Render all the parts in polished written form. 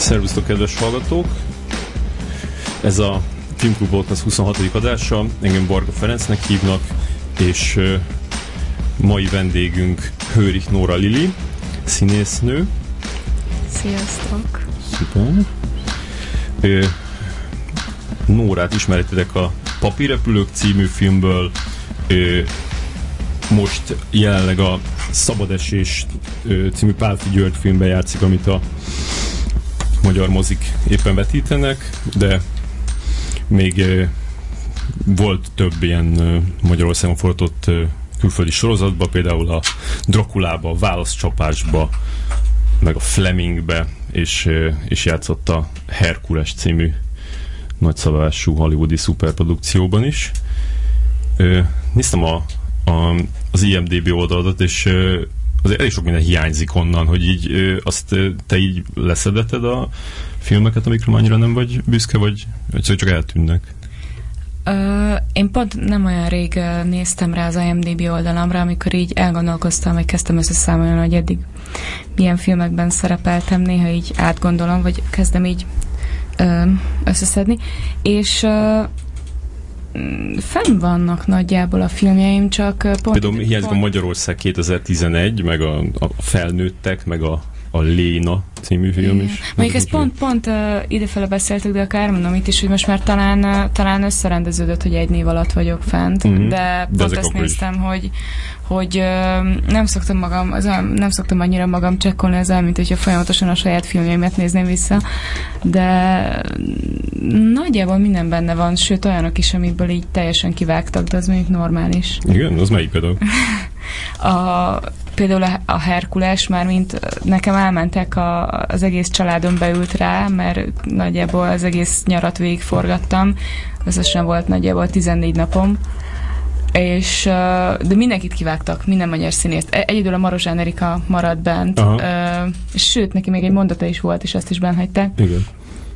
Szervusztok, kedves hallgatók! Ez a Filmklub Podcast 26. adása, engem Varga Ferencnek hívnak, és mai vendégünk Hőrich Nóra Lili, színésznő. Sziasztok! Szuper! Nórát ismeretitek a Papírrepülők című filmből, most jelenleg a Szabadesés című Pálffy György filmben játszik, amit a magyar mozik éppen vetítenek, de még volt több ilyen Magyarországon forgatott külföldi sorozatban, például a Drakulába, a Válaszcsapásba, meg a Flemingbe, és játszott a Herkules című nagyszabású hollywoodi szuperprodukcióban is. Néztem az IMDb oldaladat, és azért elég sok minden hiányzik onnan, hogy így azt te így leszedeted a filmeket, amikről annyira nem vagy büszke, vagy csak eltűnnek? Én pont nem olyan rég néztem rá az IMDb oldalamra, amikor így elgondolkoztam, vagy kezdtem összeszámolni, hogy eddig milyen filmekben szerepeltem, néha így átgondolom, vagy kezdem így összeszedni, és fenn vannak nagyjából a filmjeim, csak például hiányzik a Magyarország 2011, meg a Felnőttek, meg a Léna című film is. Mondjuk ezt pont idefele beszéltük, de akár mondom itt is, hogy most már talán összerendeződött, hogy egy név alatt vagyok fent, de pont azt néztem, hogy nem szoktam annyira magam csekkolni ezzel, mint hogyha folyamatosan a saját filmjeimet nézném vissza, de nagyjából minden benne van, sőt olyanok is, amiből így teljesen kivágtak, de az mondjuk normális. Igen? Az melyik például? Például a Herkules, már mint nekem elmentek az egész családom beült rá, mert nagyjából az egész nyarat végigforgattam, összesen volt nagyjából 14 napom, de mindenkit kivágtak, minden magyar színészt. Egyedül a Marozsán Erika maradt bent, sőt, neki még egy mondata is volt, és azt is bent hagyták. Igen.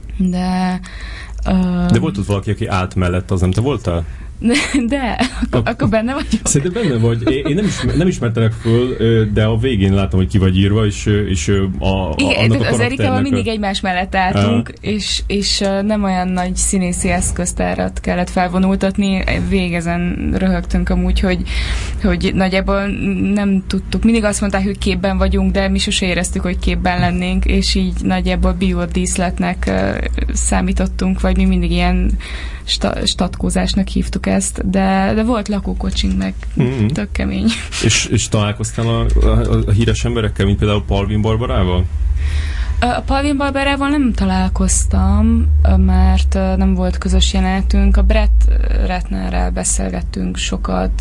De volt ott valaki, aki állt mellett, az nem te voltál? De, akkor benne vagyok. Szerintem benne vagy. Én nem ismertelek föl, de a végén látom, hogy ki vagy írva, és igen, az Erikával mindig egymás mellett álltunk, és nem olyan nagy színészi eszköztárat kellett felvonultatni. Végezen röhögtünk amúgy, hogy nagyjából nem tudtuk. Mindig azt mondták, hogy képben vagyunk, de mi sose éreztük, hogy képben lennénk, és így nagyjából biodíszletnek számítottunk, vagy mi mindig ilyen statkózásnak hívtuk ezt, de volt lakókocsink, meg tök kemény. És találkoztál a híres emberekkel, mint például Palvin Barbarával? A Palvin Barbarával nem találkoztam, mert nem volt közös jelenetünk. A Brett Ratnerrel beszélgettünk sokat,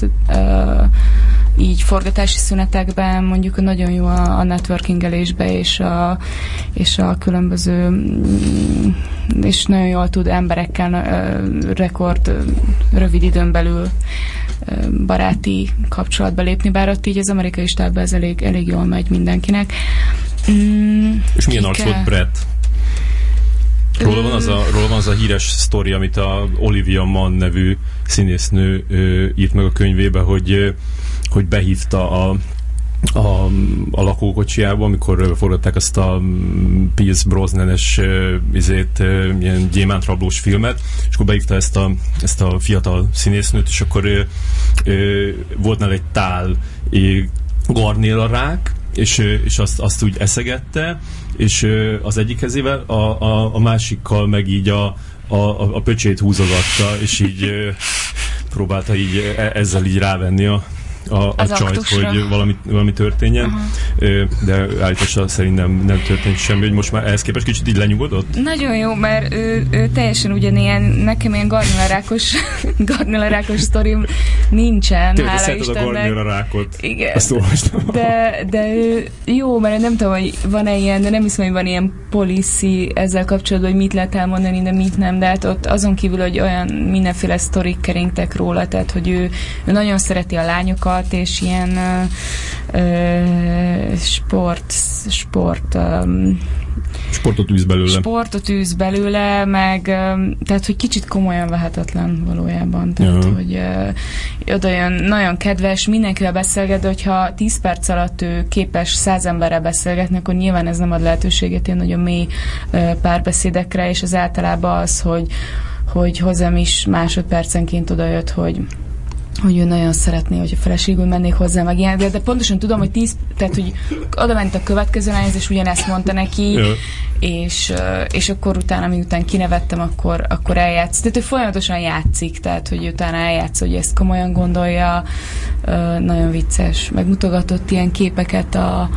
így forgatási szünetekben, mondjuk nagyon jó a networkingelésbe, és a különböző, és nagyon jól tud emberekkel rövid időn belül baráti kapcsolatba lépni, bár ott így az amerikai stábban ez elég jól megy mindenkinek. És milyen arc volt Brett? Róla van az a híres sztori, amit a Olivia Munn nevű színésznő írt meg a könyvébe, hogy behívta a lakókocsiába, amikor forgatták azt a Pierce Brosnan-es ilyen gyémántrablós filmet, és akkor behívta ezt a fiatal színésznőt, és akkor volt nála egy tál garnélarrák, és azt úgy eszegette, és az egyik kezével, a másikkal meg így a pöcsét húzogatta, és így próbálta így ezzel így rávenni a csajt, hogy valami történjen, de állítása szerint nem történt semmi, hogy most már ehhez képest kicsit így lenyugodott? Nagyon jó, mert ő teljesen ugyanilyen, nekem ilyen garnélarákos sztorim nincsen, hála Istennek. A garnélarákot. Igen. Azt olvastam. De jó, mert nem tudom, hogy van-e ilyen, de nem hiszem, hogy van ilyen policy ezzel kapcsolatban, hogy mit lehet elmondani, de mit nem, de hát ott azon kívül, hogy olyan mindenféle sztorik keringtek róla, tehát, hogy ő nagyon szereti a lányokat, volt, és ilyen sportot űz belőle, meg tehát, hogy kicsit komolyan vehetetlen valójában. Tehát, hogy oda jön, nagyon kedves, mindenkivel beszélget, de hogyha 10 perc alatt ő képes 100 emberrel beszélgetni, akkor nyilván ez nem ad lehetőséget ilyen nagyon mély párbeszédekre, és az általában az, hogy hozzám is másodpercenként odajött, hogy ő nagyon szeretné, hogy a feleségül mennék hozzá, meg ilyen, de pontosan tudom, hogy tehát, hogy oda ment a következő lányhoz, és ugyanezt mondta neki, és akkor utána, miután kinevettem, akkor eljátsz. Tehát ő folyamatosan játszik, tehát, hogy utána eljátsz, hogy ezt komolyan gondolja, nagyon vicces. Megmutogatott ilyen képeket a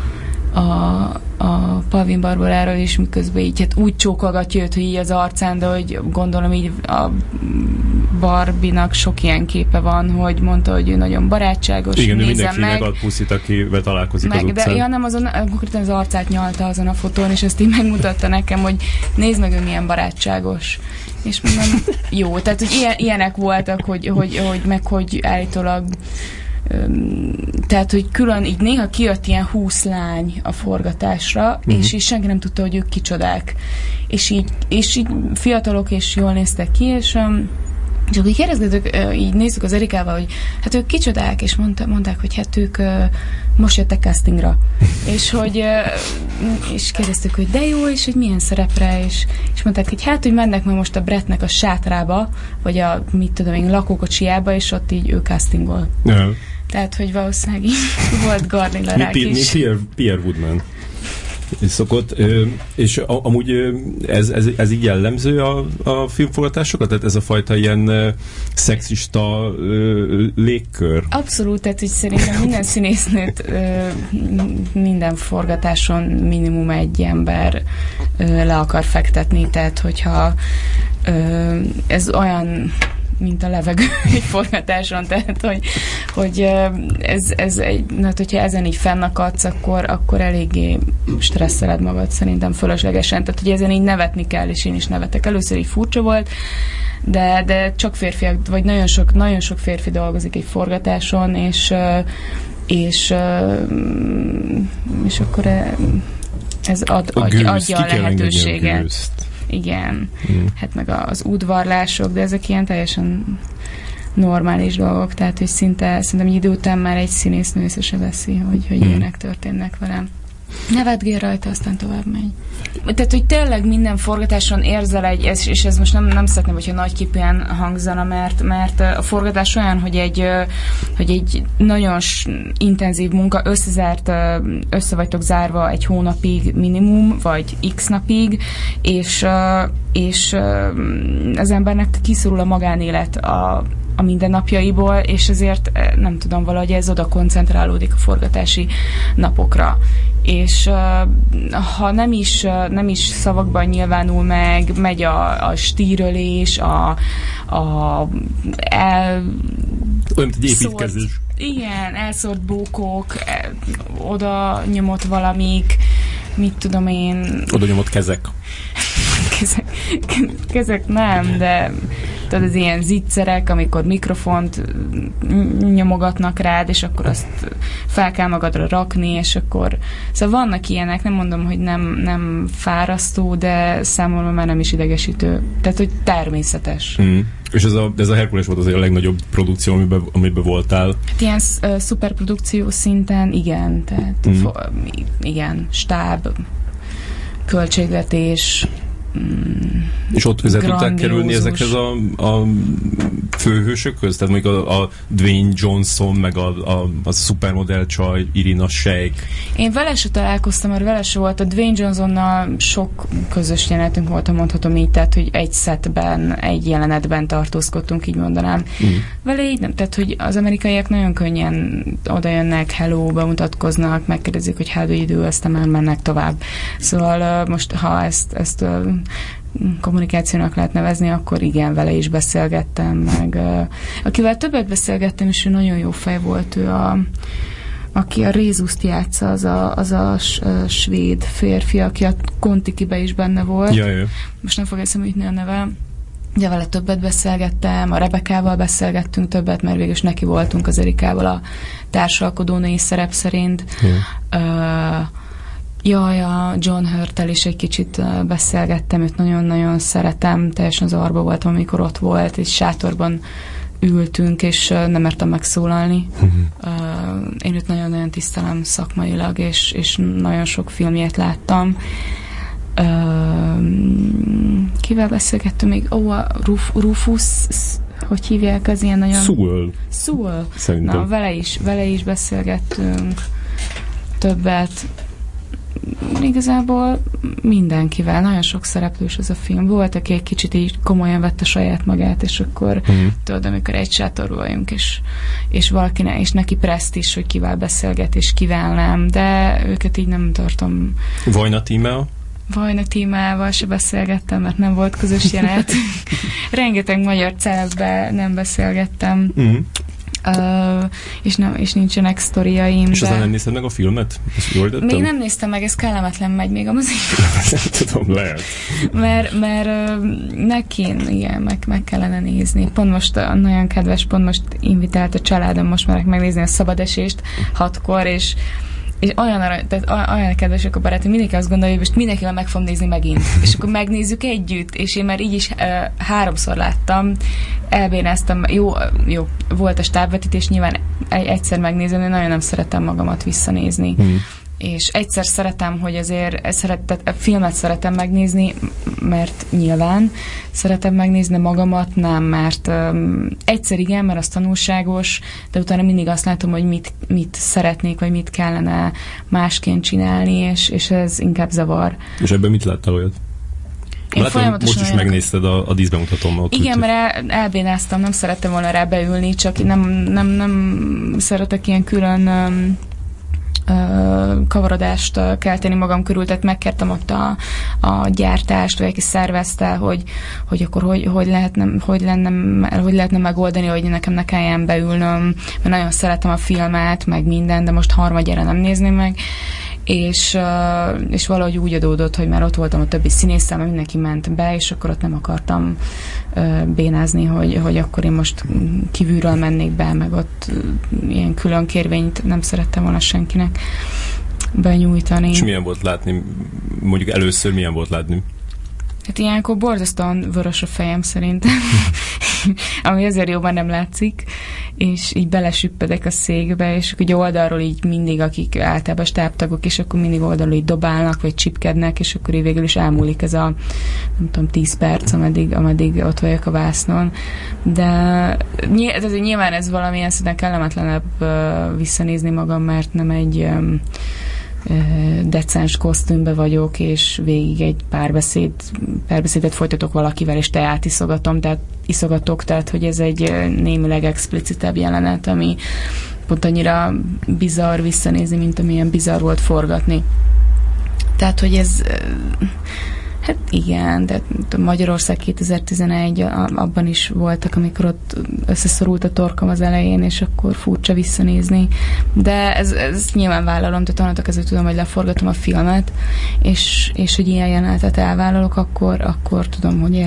Pavin Barbaráról is, miközben így hát úgy csókolgatja őt, hogy így az arcán, de hogy gondolom így a Barbinak sok ilyen képe van, hogy mondta, hogy ő nagyon barátságos. Igen, ő mindenkinek ad puszit, akivel találkozik az utcán. De nem, konkrétan az arcát nyalta azon a fotón, és ezt így megmutatta nekem, hogy nézd meg, ő milyen barátságos. És mondom, jó, tehát hogy ilyenek voltak, hogy állítólag tehát, hogy külön így néha kijött ilyen 20 lány a forgatásra, és így senki nem tudta, hogy ők kicsodák. És így fiatalok, és jól néztek ki, és csak így kérdezgetük, így nézzük az Erikával, hogy hát ők kicsodák, és mondták, hogy hát ők most jöttek castingra. És kérdeztük, hogy de jó, és hogy milyen szerepre, és mondták, hogy hát, hogy mennek majd most a Brettnek a sátrába, vagy a, mit tudom én, lakókocsiába, és ott így ő castingol. Tehát, hogy valószínűleg volt Garnilla rák is. Pierre Woodman szokott, és amúgy ez így jellemző a filmforgatásokat? Tehát ez a fajta ilyen szexista légkör? Abszolút, tehát hogy szerintem minden színésznőt minden forgatáson minimum egy ember le akar fektetni, tehát hogyha ez olyan mint a levegő egy forgatáson, tehát hogy ez egy, hát hogyha ezen így fennakadsz, akkor eléggé stresszeled magad szerintem fölöslegesen, tehát hogy ezen így nevetni kell, és én is nevetek. Először így furcsa volt, de csak férfiak, vagy nagyon sok férfi dolgozik egy forgatáson, és akkor ez adja a lehetőséget. Igen, hát meg az udvarlások, de ezek ilyen teljesen normális dolgok, tehát hogy szerintem egy idő után már egy színésznő észre se veszi, hogy ilyenek történnek velem. Nevetgél rajta, aztán tovább megy. Tehát, hogy tényleg minden forgatáson érzel és ez most nem szeretném, hogyha nagyképűen hangzana, mert a forgatás olyan, hogy egy nagyon intenzív munka, össze vagytok zárva egy hónapig minimum, vagy x napig, és az embernek kiszorul a magánélet a mindennapjaiból, és ezért nem tudom, valahogy ez oda koncentrálódik a forgatási napokra. És ha nem is szavakban nyilvánul meg, megy a stírölés, olyan, mint egy építkezés. Igen, elszórt bókok, oda nyomott valamik, mit tudom én... Oda nyomott kezek. Kezek nem, de tudod, az ilyen zicserek, amikor mikrofont nyomogatnak rád, és akkor azt fel kell magadra rakni, és akkor... Szóval vannak ilyenek, nem mondom, hogy nem fárasztó, de számomra már nem is idegesítő. Tehát, hogy természetes. És ez a Herkules volt azért a legnagyobb produkció, amiben voltál? Hát ilyen szuperprodukció szinten igen, tehát igen, stáb, költségvetés, és ott közel tudták kerülni ezekhez a főhősökhöz? Tehát mondjuk a Dwayne Johnson, meg a szupermodell csaj, Irina Shayk. Én vele se találkoztam, mert vele se volt. A Dwayne Johnsonnal sok közös jelenetünk volt, ha mondhatom így, tehát, hogy egy szetben, egy jelenetben tartózkodtunk, így mondanám. Vele így nem, tehát, hogy az amerikaiak nagyon könnyen oda jönnek, hello, bemutatkoznak, megkérdezik, hogy how do you do, aztán már mennek tovább. Szóval most, ha ezt kommunikációnak lehet nevezni, akkor igen, vele is beszélgettem, meg akivel többet beszélgettem, és ő nagyon jó fej volt, ő aki a Rézuszt játsza, az a svéd férfi, aki a Kontikibe is benne volt. Jaj. Most nem fog eszembe jutni a neve. Ugye vele többet beszélgettem, a Rebekával beszélgettünk többet, mert végülis neki voltunk az Erikával a társalkodónői szerep szerint. Jaj, a John Hurt-tel is egy kicsit beszélgettem, őt nagyon-nagyon szeretem, teljesen zavarba voltam, amikor ott volt, és sátorban ültünk, és nem mertem megszólalni. Én őt nagyon-nagyon tisztelem szakmailag, és nagyon sok filmjét láttam. Kivel beszélgettünk még? A Rufus, hogy hívják, az ilyen nagyon... Sewell. Szerintem. Na, vele is beszélgettünk többet. Igazából mindenkivel, nagyon sok szereplős ez a film. Volt, aki egy kicsit így komolyan vette saját magát, és akkor tudod, amikor egy sátorban vagyunk, és valakinek, és neki preszt is, hogy kivel beszélget, és kivel nem, de őket így nem tartom. Vajna Tímával se beszélgettem, mert nem volt közös jelenet. Rengeteg magyar celebben nem beszélgettem. És nincsenek sztoriaim. És aztán nem nézted meg a filmet? Még nem néztem meg, ez kellemetlen megy még a mozik. Tudom, lehet. Mert meg kellene nézni. Pont most nagyon kedves, invitált a családom most már megnézni a Szabadesést 6-kor, és olyan kedvesek a barátom, mindenki azt gondolja, hogy most mindenkivel meg fogom nézni megint. És akkor megnézzük együtt, és én már így is 3-szor láttam, elbénáztam, jó, volt a stábvetítés, nyilván egyszer megnézem, de nagyon nem szeretem magamat visszanézni. És egyszer szeretem, hogy azért a filmet szeretem megnézni, mert nyilván szeretem megnézni magamat, nem, mert egyszer igen, mert az tanulságos, de utána mindig azt látom, hogy mit szeretnék, vagy mit kellene másként csinálni, és ez inkább zavar. És ebben mit láttál olyat? Most is megnézted a díszbemutatómmal. Igen, mert elbénáztam, nem szerettem volna rá beülni, csak nem szeretek ilyen külön kavarodást kelteni magam körül, tehát megkértem ott a gyártást, vagy aki szervezte, hogy akkor hogy lehetne megoldani, hogy nekem ne kelljen beülnöm, mert nagyon szeretem a filmet, meg minden, de most harmadjára nem nézném meg, és valahogy úgy adódott, hogy már ott voltam a többi színésszel, mert mindenki ment be, és akkor ott nem akartam bénázni, hogy akkor én most kívülről mennék be, meg ott ilyen külön kérvényt nem szerettem volna senkinek benyújtani. És milyen volt látni? Mondjuk először milyen volt látni? Hát ilyenkor borzasztóan vörös a fejem szerintem, ami azért jobban nem látszik, és így belesüppedek a székbe, és ugye oldalról így mindig, akik általában stábtagok, és akkor mindig oldalról így dobálnak, vagy csipkednek, és akkor így végül is elmúlik ez a, nem tudom, 10 perc, ameddig ott vagyok a vásznon. De nyilván ez valamilyen szinten kellemetlenebb visszanézni magam, mert nem egy decens kosztümbe vagyok, és végig egy párbeszédet folytatok valakivel, és teát iszogatok, tehát hogy ez egy némileg explicitebb jelenet, ami pont annyira bizarr visszanézni, mint amilyen bizarr volt forgatni. Tehát, hogy ez hát igen, de Magyarország 2011 abban is voltak, amikor ott összeszorult a torkom az elején, és akkor furcsa visszanézni. De ez nyilván vállalom, tehát onnantól kezdve tudom, hogy leforgatom a filmet, és hogy ilyen jelenetet elvállalok, akkor tudom, hogy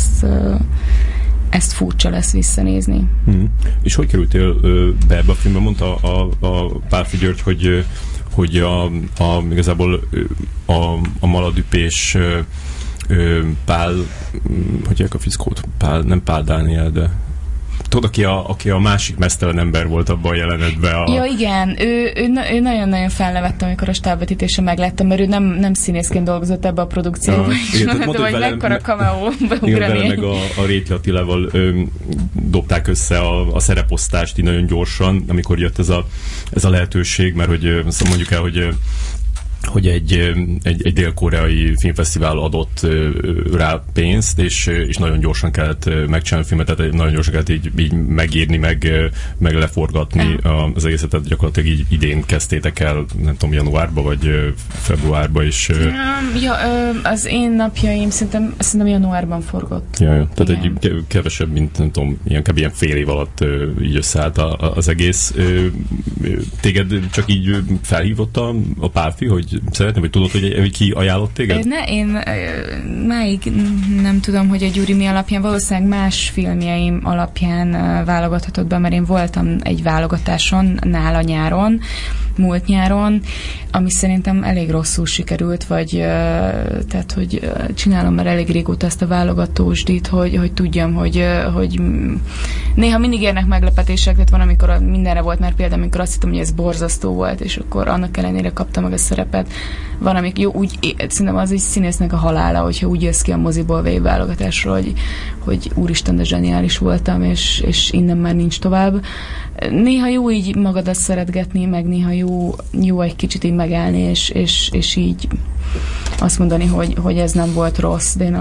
ezt furcsa lesz visszanézni. És hogy kerültél be ebbe a filmbe? Mondta a Pálffy György, hogy igazából a maladüpés Pál, hogy a fickót? Nem Pál Dániel, de tudod, aki a másik meztelen ember volt abban a jelenetben. Ja, igen, ő nagyon-nagyon felnevette, amikor a stábvetítésen megláttam, mert ő nem színészként dolgozott ebbe a produkcióban. De vagy mekkora cameo beugrani. Igen, vele meg a Rétli Attilával dobták össze a szereposztást így nagyon gyorsan, amikor jött ez a lehetőség, mert hogy mondjuk el, hogy egy dél-koreai filmfesztivál adott rá pénzt, és nagyon gyorsan kellett megcsinálni a filmet, tehát nagyon gyorsan kellett így megírni, meg leforgatni az egészet, tehát gyakorlatilag így idén kezdtétek el, nem tudom, januárba, vagy februárba is. Az én napjaim szerintem januárban forgott. Ja, tehát egy kevesebb, mint nem tudom, ilyen fél év alatt így összeállt az egész. Téged csak így felhívott a Pálffy, hogy vagy szeretné, vagy tudod, hogy ki ajánlott téged? Én máig nem tudom, hogy a Gyuri mi alapján, valószínűleg más filmjeim alapján válogathatott be, mert én voltam egy válogatáson nála nyáron, múlt nyáron, ami szerintem elég rosszul sikerült, vagy tehát, hogy csinálom már elég régóta ezt a válogatósdit, hogy tudjam, hogy néha mindig érnek meglepetések, tehát van, amikor mindenre volt már például, amikor azt hittem, hogy ez borzasztó volt, és akkor annak ellenére kapta meg a szerepet. Van, amik jó, úgy, szerintem az egy színésznek a halála, hogyha úgy jössz ki a moziból vagy válogatásról, hogy úristen, de zseniális voltam, és innen már nincs tovább. Néha jó így magadat szeretgetni, meg néha jó egy kicsit így megállni, és így azt mondani, hogy ez nem volt rossz, de én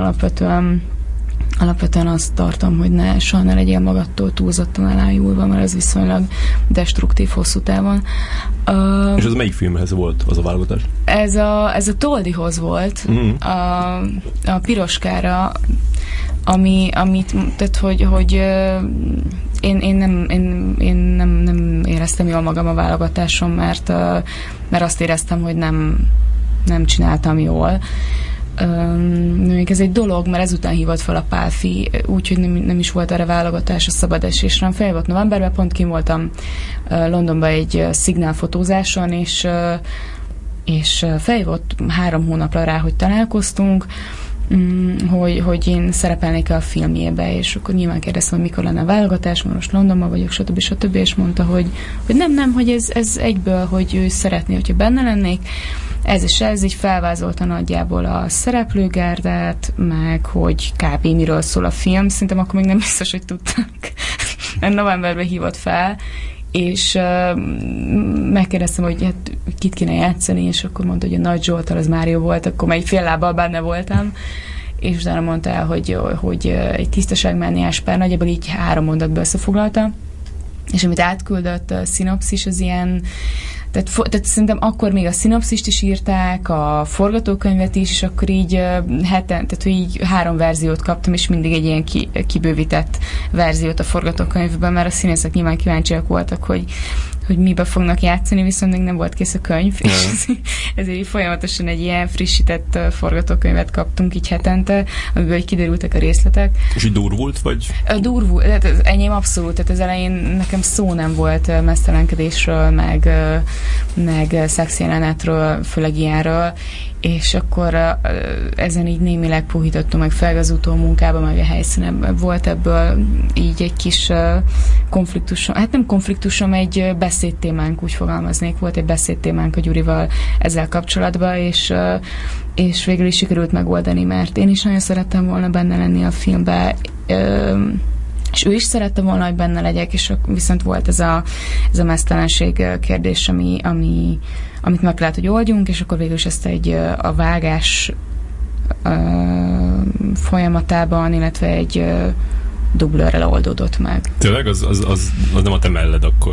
alapvetően azt tartom, hogy soha ne legyél magadtól túlzottan elájulva, mert ez viszonylag destruktív hosszú távon. És ez melyik filmhez volt az a válogatás? Ez a Toldihoz volt, a Piroskára, amit, tehát hogy én nem éreztem jól magam a válogatáson, mert azt éreztem, hogy nem csináltam jól. Még ez egy dolog, mert ezután hívott fel a Pálfi, úgyhogy nem is volt erre válogatás a szabad esésre. Feljött novemberben, pont kim voltam Londonban egy szignálfotózáson, és feljött 3 hónapra rá, hogy találkoztunk, hogy én szerepelnék a filmjébe, és akkor nyilván kérdeztem, hogy mikor lenne a válogatás, most Londonban vagyok, stb. És mondta, hogy nem, hogy ez egyből, hogy ő szeretné, hogyha benne lennék. Ez így felvázolta nagyjából a szereplőgárdát, meg hogy kb. Miről szól a film. Szerintem akkor még nem biztos, hogy tudtak. Novemberben hívott fel, és megkérdeztem, hogy hát kit kéne játszani, és akkor mondta, hogy a Nagy Zsoltal az Mário volt, akkor már egy fél lábbal benne voltam, és utána mondta el, hogy egy tisztaságmániás pár, nagyjából így 3 mondatba összefoglalta, és amit átküldött a szinopszis, az ilyen, tehát szerintem akkor még a szinopszist is írták, a forgatókönyvet is, és akkor így tehát hogy így 3 verziót kaptam, és mindig egy ilyen kibővített verziót a forgatókönyvben, mert a színészek nyilván kíváncsiak voltak, hogy mibe fognak játszani, viszont még nem volt kész a könyv, és ezért így folyamatosan egy ilyen frissített forgatókönyvet kaptunk így hetente, amiből így kiderültek a részletek. És így durvult, vagy? Durvult, tehát az enyém abszolút, tehát az elején nekem szó nem volt meztelenkedésről, meg szexjelenetről, főleg ilyenről, és akkor ezen így némileg puhítottam meg felgazútó munkába, meg a helyszínen volt ebből így egy kis konfliktusom, hát nem konfliktusom, egy beszédtémánk, úgy fogalmaznék, volt egy beszédtémánk a Gyurival ezzel kapcsolatban, és végül is sikerült megoldani, mert én is nagyon szerettem volna benne lenni a filmben, és ő is szerette volna, hogy benne legyek, és viszont volt ez a meztelenség kérdés, amit meg lehet, hogy oldjunk, és akkor végül is ezt a vágás folyamatában, illetve egy dublőrrel oldódott meg. Tényleg? Az nem a te melled akkor?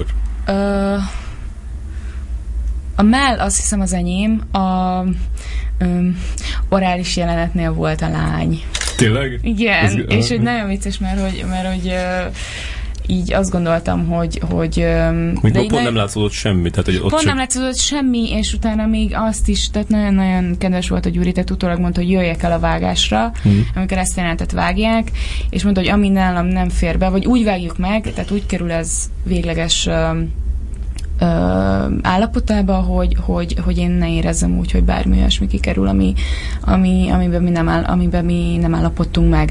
A mell, azt hiszem, az enyém. A orális jelenetnél volt a lány. Tényleg? Igen, és hogy nagyon vicces, mert hogy így azt gondoltam, hogy pont nem látszódott semmi. Tehát, hogy ott nem látszódott semmi, és utána még azt is, tehát nagyon-nagyon kedves volt a Gyuri, tehát utólag mondta, hogy jöjjek el a vágásra, amikor ezt jelentet vágják, és mondta, hogy ami nálam nem fér be, vagy úgy vágjuk meg, tehát úgy kerül ez végleges állapotába, hogy én ne érezzem úgy, hogy bármi olyasmi kikerül, amiben mi nem állapodtunk meg.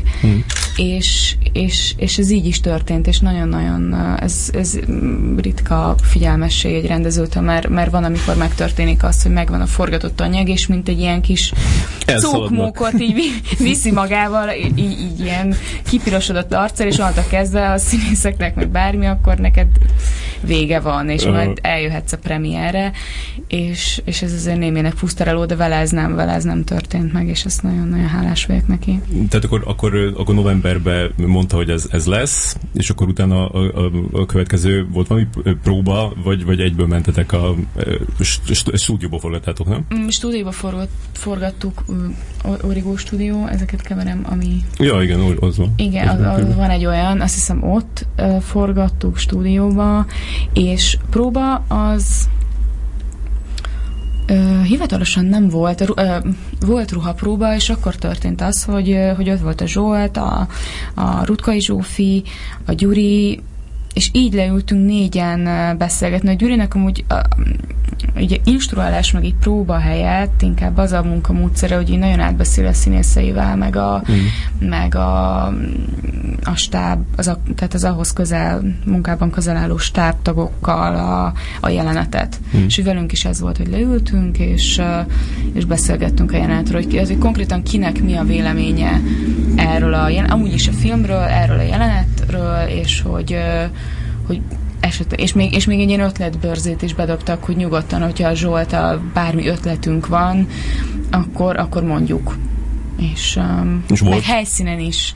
És ez így is történt, és nagyon-nagyon ez ritka figyelmesség egy rendezőtől, mert van, amikor megtörténik az, hogy megvan a forgatott anyag, és mint egy ilyen kis cókmókot így viszi magával, így ilyen kipirosodott arccal, és onnantól kezdve a színészeknek meg bármi, akkor neked vége van, és majd eljöhetsz a premierre, és ez azért némének pusztaráló, de vele ez nem történt meg, és ezt nagyon-nagyon hálás vagyok neki. Tehát akkor novemberben mondta, hogy ez lesz, és akkor utána a következő volt valami próba, vagy egyből mentetek a stúdióba forgattátok, nem? Stúdióba forgattuk, Origo stúdió, ezeket keverem, ami... Ja, igen, az van. Igen, van egy olyan, azt hiszem ott forgattuk stúdióba, és próba Hivatalosan nem volt, volt ruhapróba, és akkor történt az, hogy ott volt a Zsolt, a Rutkai Zsófi, a Gyuri, és így leültünk négyen beszélgetni. A Gyurinek amúgy ugye instruálás meg így próba helyett inkább az a munkamódszere, hogy így nagyon átbeszél a színészeivel, meg a stáb, tehát az ahhoz munkában közel álló stábtagokkal a jelenetet. És velünk is ez volt, hogy leültünk, és beszélgettünk a jelenetről, hogy konkrétan kinek mi a véleménye erről amúgy is a filmről, erről a jelenetről, és hogy és még egy ilyen ötletbörzét is bedobtak, hogy nyugodtan, hogyha a Zsolttal bármi ötletünk van, akkor mondjuk. És meg helyszínen is.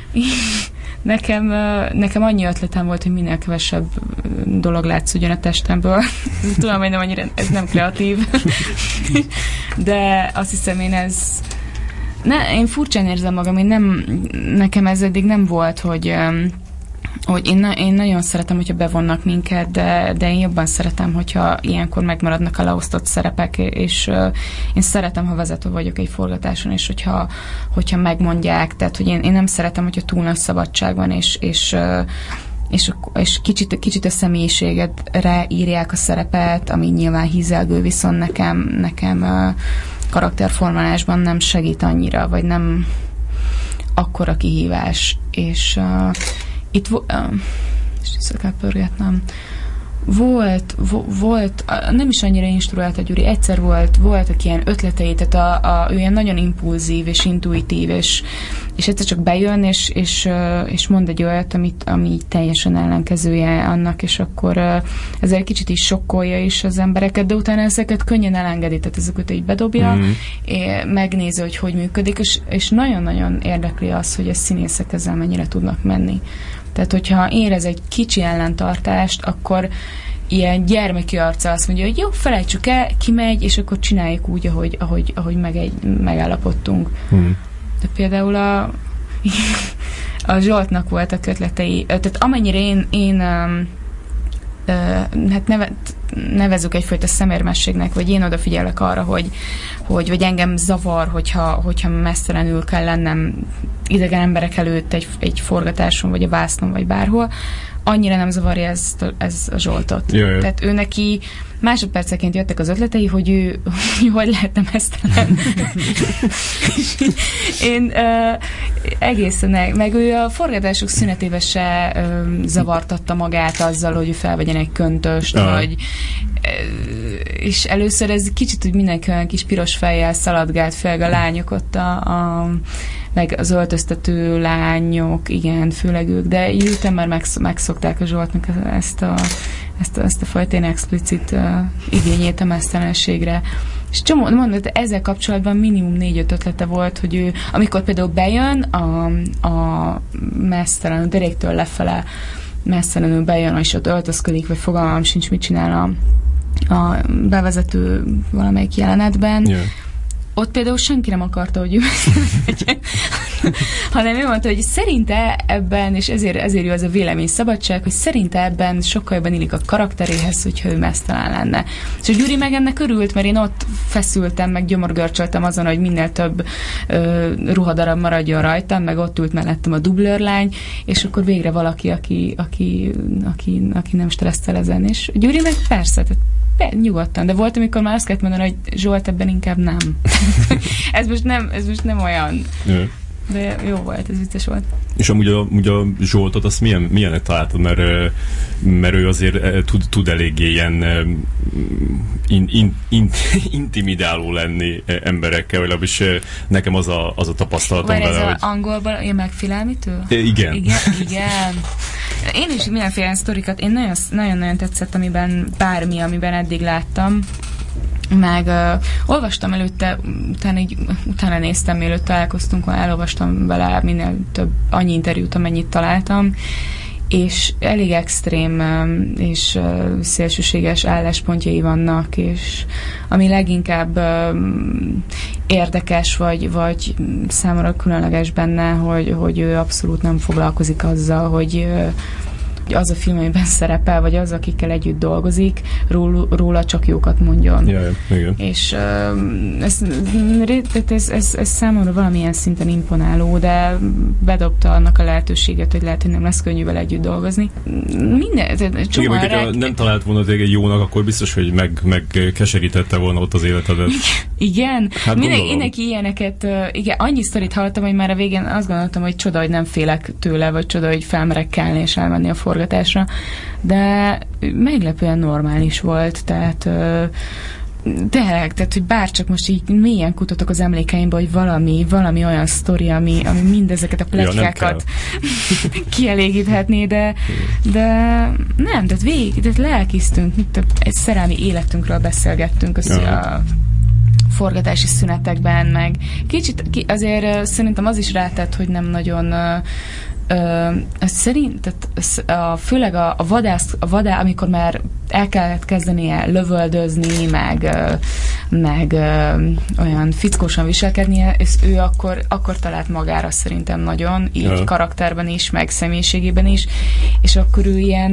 Nekem annyi ötletem volt, hogy minél kevesebb dolog látszódjon a testemből. Tudom, hogy nem annyira, ez nem kreatív. De azt hiszem, én furcsán érzem magam, nekem ez eddig nem volt, hogy én nagyon szeretem, hogyha bevonnak minket, de én jobban szeretem, hogyha ilyenkor megmaradnak a leosztott szerepek, és én szeretem, ha vezető vagyok egy forgatáson, és hogyha megmondják, tehát hogy én nem szeretem, hogyha túl nagy szabadság van, és kicsit a személyiségedre írják a szerepet, ami nyilván hízelgő, viszont nekem karakterformálásban nem segít annyira, vagy nem akkora kihívás, és itt és vissza kell pörgetnem. Volt, nem is annyira instruált a Gyuri, egyszer voltak ilyen ötletei, tehát ő ilyen nagyon impulzív és intuitív, és egyszer csak bejön, és mond egy olyat, ami teljesen ellenkezője annak, és akkor ezzel kicsit is sokkolja is az embereket, de utána ezeket könnyen elengedi, tehát ezeket így bedobja, megnézi, hogy működik, és nagyon-nagyon érdekli az, hogy a színészek ezzel mennyire tudnak menni. Tehát, hogyha érez egy kicsi ellentartást, akkor ilyen gyermeki arccal azt mondja, hogy jó, felejtsük el, kimegy, és akkor csináljuk úgy, ahogy megállapodtunk. De például a Zsoltnak voltak ötletei, tehát amennyire én nevezzük egyfajta szemérmességnek, vagy én odafigyelek arra, hogy engem zavar, hogyha mesztelenül kell lennem idegen emberek előtt egy forgatáson, vagy a vásznon, vagy bárhol, annyira nem zavarja ez a Zsoltot. Jaj. Tehát ő neki másodperceként jöttek az ötletei, hogy hogy lehetne mesztelen. Én egészen, meg ő a forgatások szünetébe se zavartatta magát azzal, hogy ő felvegyen egy köntöst, vagy és először ez kicsit úgy mindenki olyan kis piros fejjel szaladgált, főleg a lányok ott meg az öltöztető lányok, igen, főleg ők, de így utána már megszokták a Zsoltnak ezt a fajta explicit igényét a mesztelenségre. És csomó, mondod, ezzel kapcsolatban minimum 4-5 ötlete volt, hogy ő, amikor például bejön a mesztelenül, deréktől lefele mesztelenül bejön, és ott öltözködik, vagy fogalmam sincs, mit csinál a bevezető valamelyik jelenetben. Yeah. Ott például senki nem akarta, hogy ő legyen, hanem ő mondta, hogy szerinte ebben, és ezért jó ez a véleményszabadság, hogy szerinte ebben sokkal jobban illik a karakteréhez, hogyha ő mesztelen lenne. És a Gyuri meg ennek örült, mert én ott feszültem, meg gyomorgörcsöltem azon, hogy minél több ruhadarab maradjon rajtam, meg ott ült mellettem a dublőrlány, és akkor végre valaki, aki nem stresszel ezen. És a Gyuri meg persze, nyugodtan, de volt, amikor már azt kellett mondani, hogy Zsolt, ebben inkább nem. ez most nem olyan. Yeah. De jó volt, ez vicces volt. És amúgy a Zsoltot azt milyenek találtad, mert ő azért tud eléggé ilyen intimidáló lenni emberekkel, vagy legalábbis nekem az a tapasztalatom vele, hogy... angolban ilyen megfélelmitől? Igen. Én is mindenféle sztorikat, én nagyon-nagyon tetszett, amiben eddig láttam, meg olvastam előtte, utána néztem, mielőtt találkoztunk, elolvastam vele minél több annyi interjút, amennyit találtam, és elég extrém és szélsőséges álláspontjai vannak, és ami leginkább érdekes, vagy számomra különleges benne, hogy ő abszolút nem foglalkozik azzal, az a film, amiben szerepel, vagy az, akikkel együtt dolgozik, róla csak jókat mondjon. Igen. És ez számomra valamilyen szinten imponáló, de bedobta annak a lehetőséget, hogy lehet, hogy nem lesz könnyű vele együtt dolgozni. Igen, nem talált volna téged jónak, akkor biztos, hogy megkeserítette volna ott az életedet. Igen. Hát mindenki ilyeneket, igen, annyi sztorit hallottam, hogy már a végén azt gondoltam, hogy csoda, hogy nem félek tőle, vagy csoda, hogy felmerek kelni és elmenni a forgatásra, de meglepően normális volt, tehát tényleg, tehát, hogy bárcsak most így mélyen kutatok az emlékeimbe, hogy valami olyan sztori, ami mindezeket a pletykákat kielégíthetné, de nem, tehát lelkiztünk, egy szerelmi életünkről beszélgettünk a forgatási szünetekben, meg kicsit azért szerintem az is rátett, hogy nem nagyon főleg a vadász, amikor már el kellett kezdenie lövöldözni, meg olyan fickósan viselkednie, és ő akkor talált magára szerintem nagyon, így karakterben is, meg személyiségében is, és akkor ő ilyen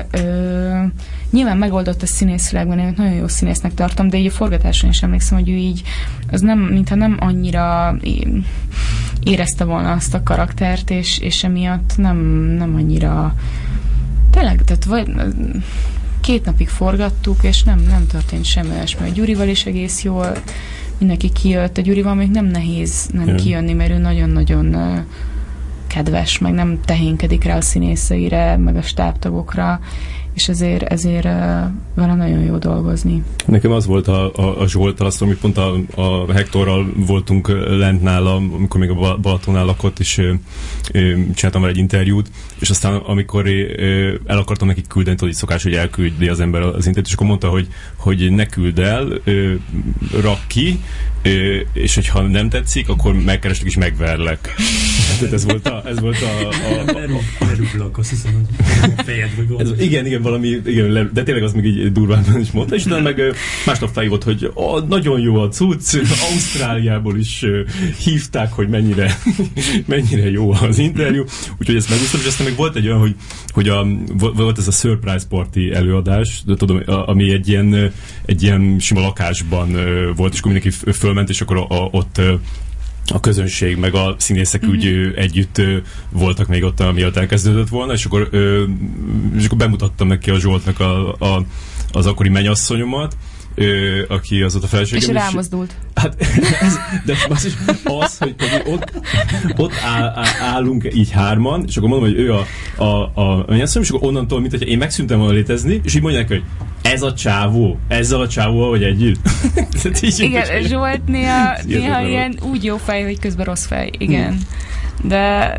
nyilván megoldott a színészvilágban, én nagyon jó színésznek tartom, de így a forgatáson is emlékszem, hogy ő így, az nem, mintha nem annyira érezte volna azt a karaktert, és emiatt nem annyira tényleg, tehát vagy 2 napig forgattuk, és nem történt semmi olyasmi. A Gyurival is egész jól mindenki kijött. A Gyurival még nem nehéz kijönni, mert ő nagyon-nagyon kedves, meg nem tehénkedik rá a színészeire, meg a stábtagokra, és ezért vele nagyon jó dolgozni. Nekem az volt a Zsolttal, azt mondom, hogy pont a Hektorral voltunk lent nála, amikor még a Balatonnál lakott, és csináltam vele egy interjút, és aztán amikor el akartam neki küldeni, tudod, így szokás, hogy elküldi az ember az interjút, és akkor mondta, hogy ne küld el, rak ki, és hogyha nem tetszik, akkor megkerestek és megverlek. Tehát ez volt a Lerúglak, azt hiszem, hogy fejedbe gondolom. Igen, valami, igen, de tényleg az még így durván is mondta, és utána meg másnap felhívott, hogy nagyon jó a cucc, Ausztráliából is hívták, hogy mennyire jó az interjú, úgyhogy ezt megúsztam, és aztán még volt egy olyan, hogy volt ez a Surprise Party előadás, de tudom, ami egy ilyen sima lakásban volt, és akkor mindenki fölment, és akkor ott a közönség, meg a színészek úgy együtt voltak még ott, amiatt elkezdődött volna, és akkor bemutattam neki a Zsoltnak az akkori mennyasszonyomat, aki az ott a feleségem. És rámozdult. Hát, de az, hogy ott állunk így hárman, és akkor mondom, hogy ő a mennyasszonyom, és akkor onnantól, mint hogyha én megszűntem volna létezni, és így mondják, hogy ez a csávó, ezzel a csávóval vagy együtt. Igen, Zsolt néha ilyen úgy jó fej, hogy közben rossz fej. Igen. De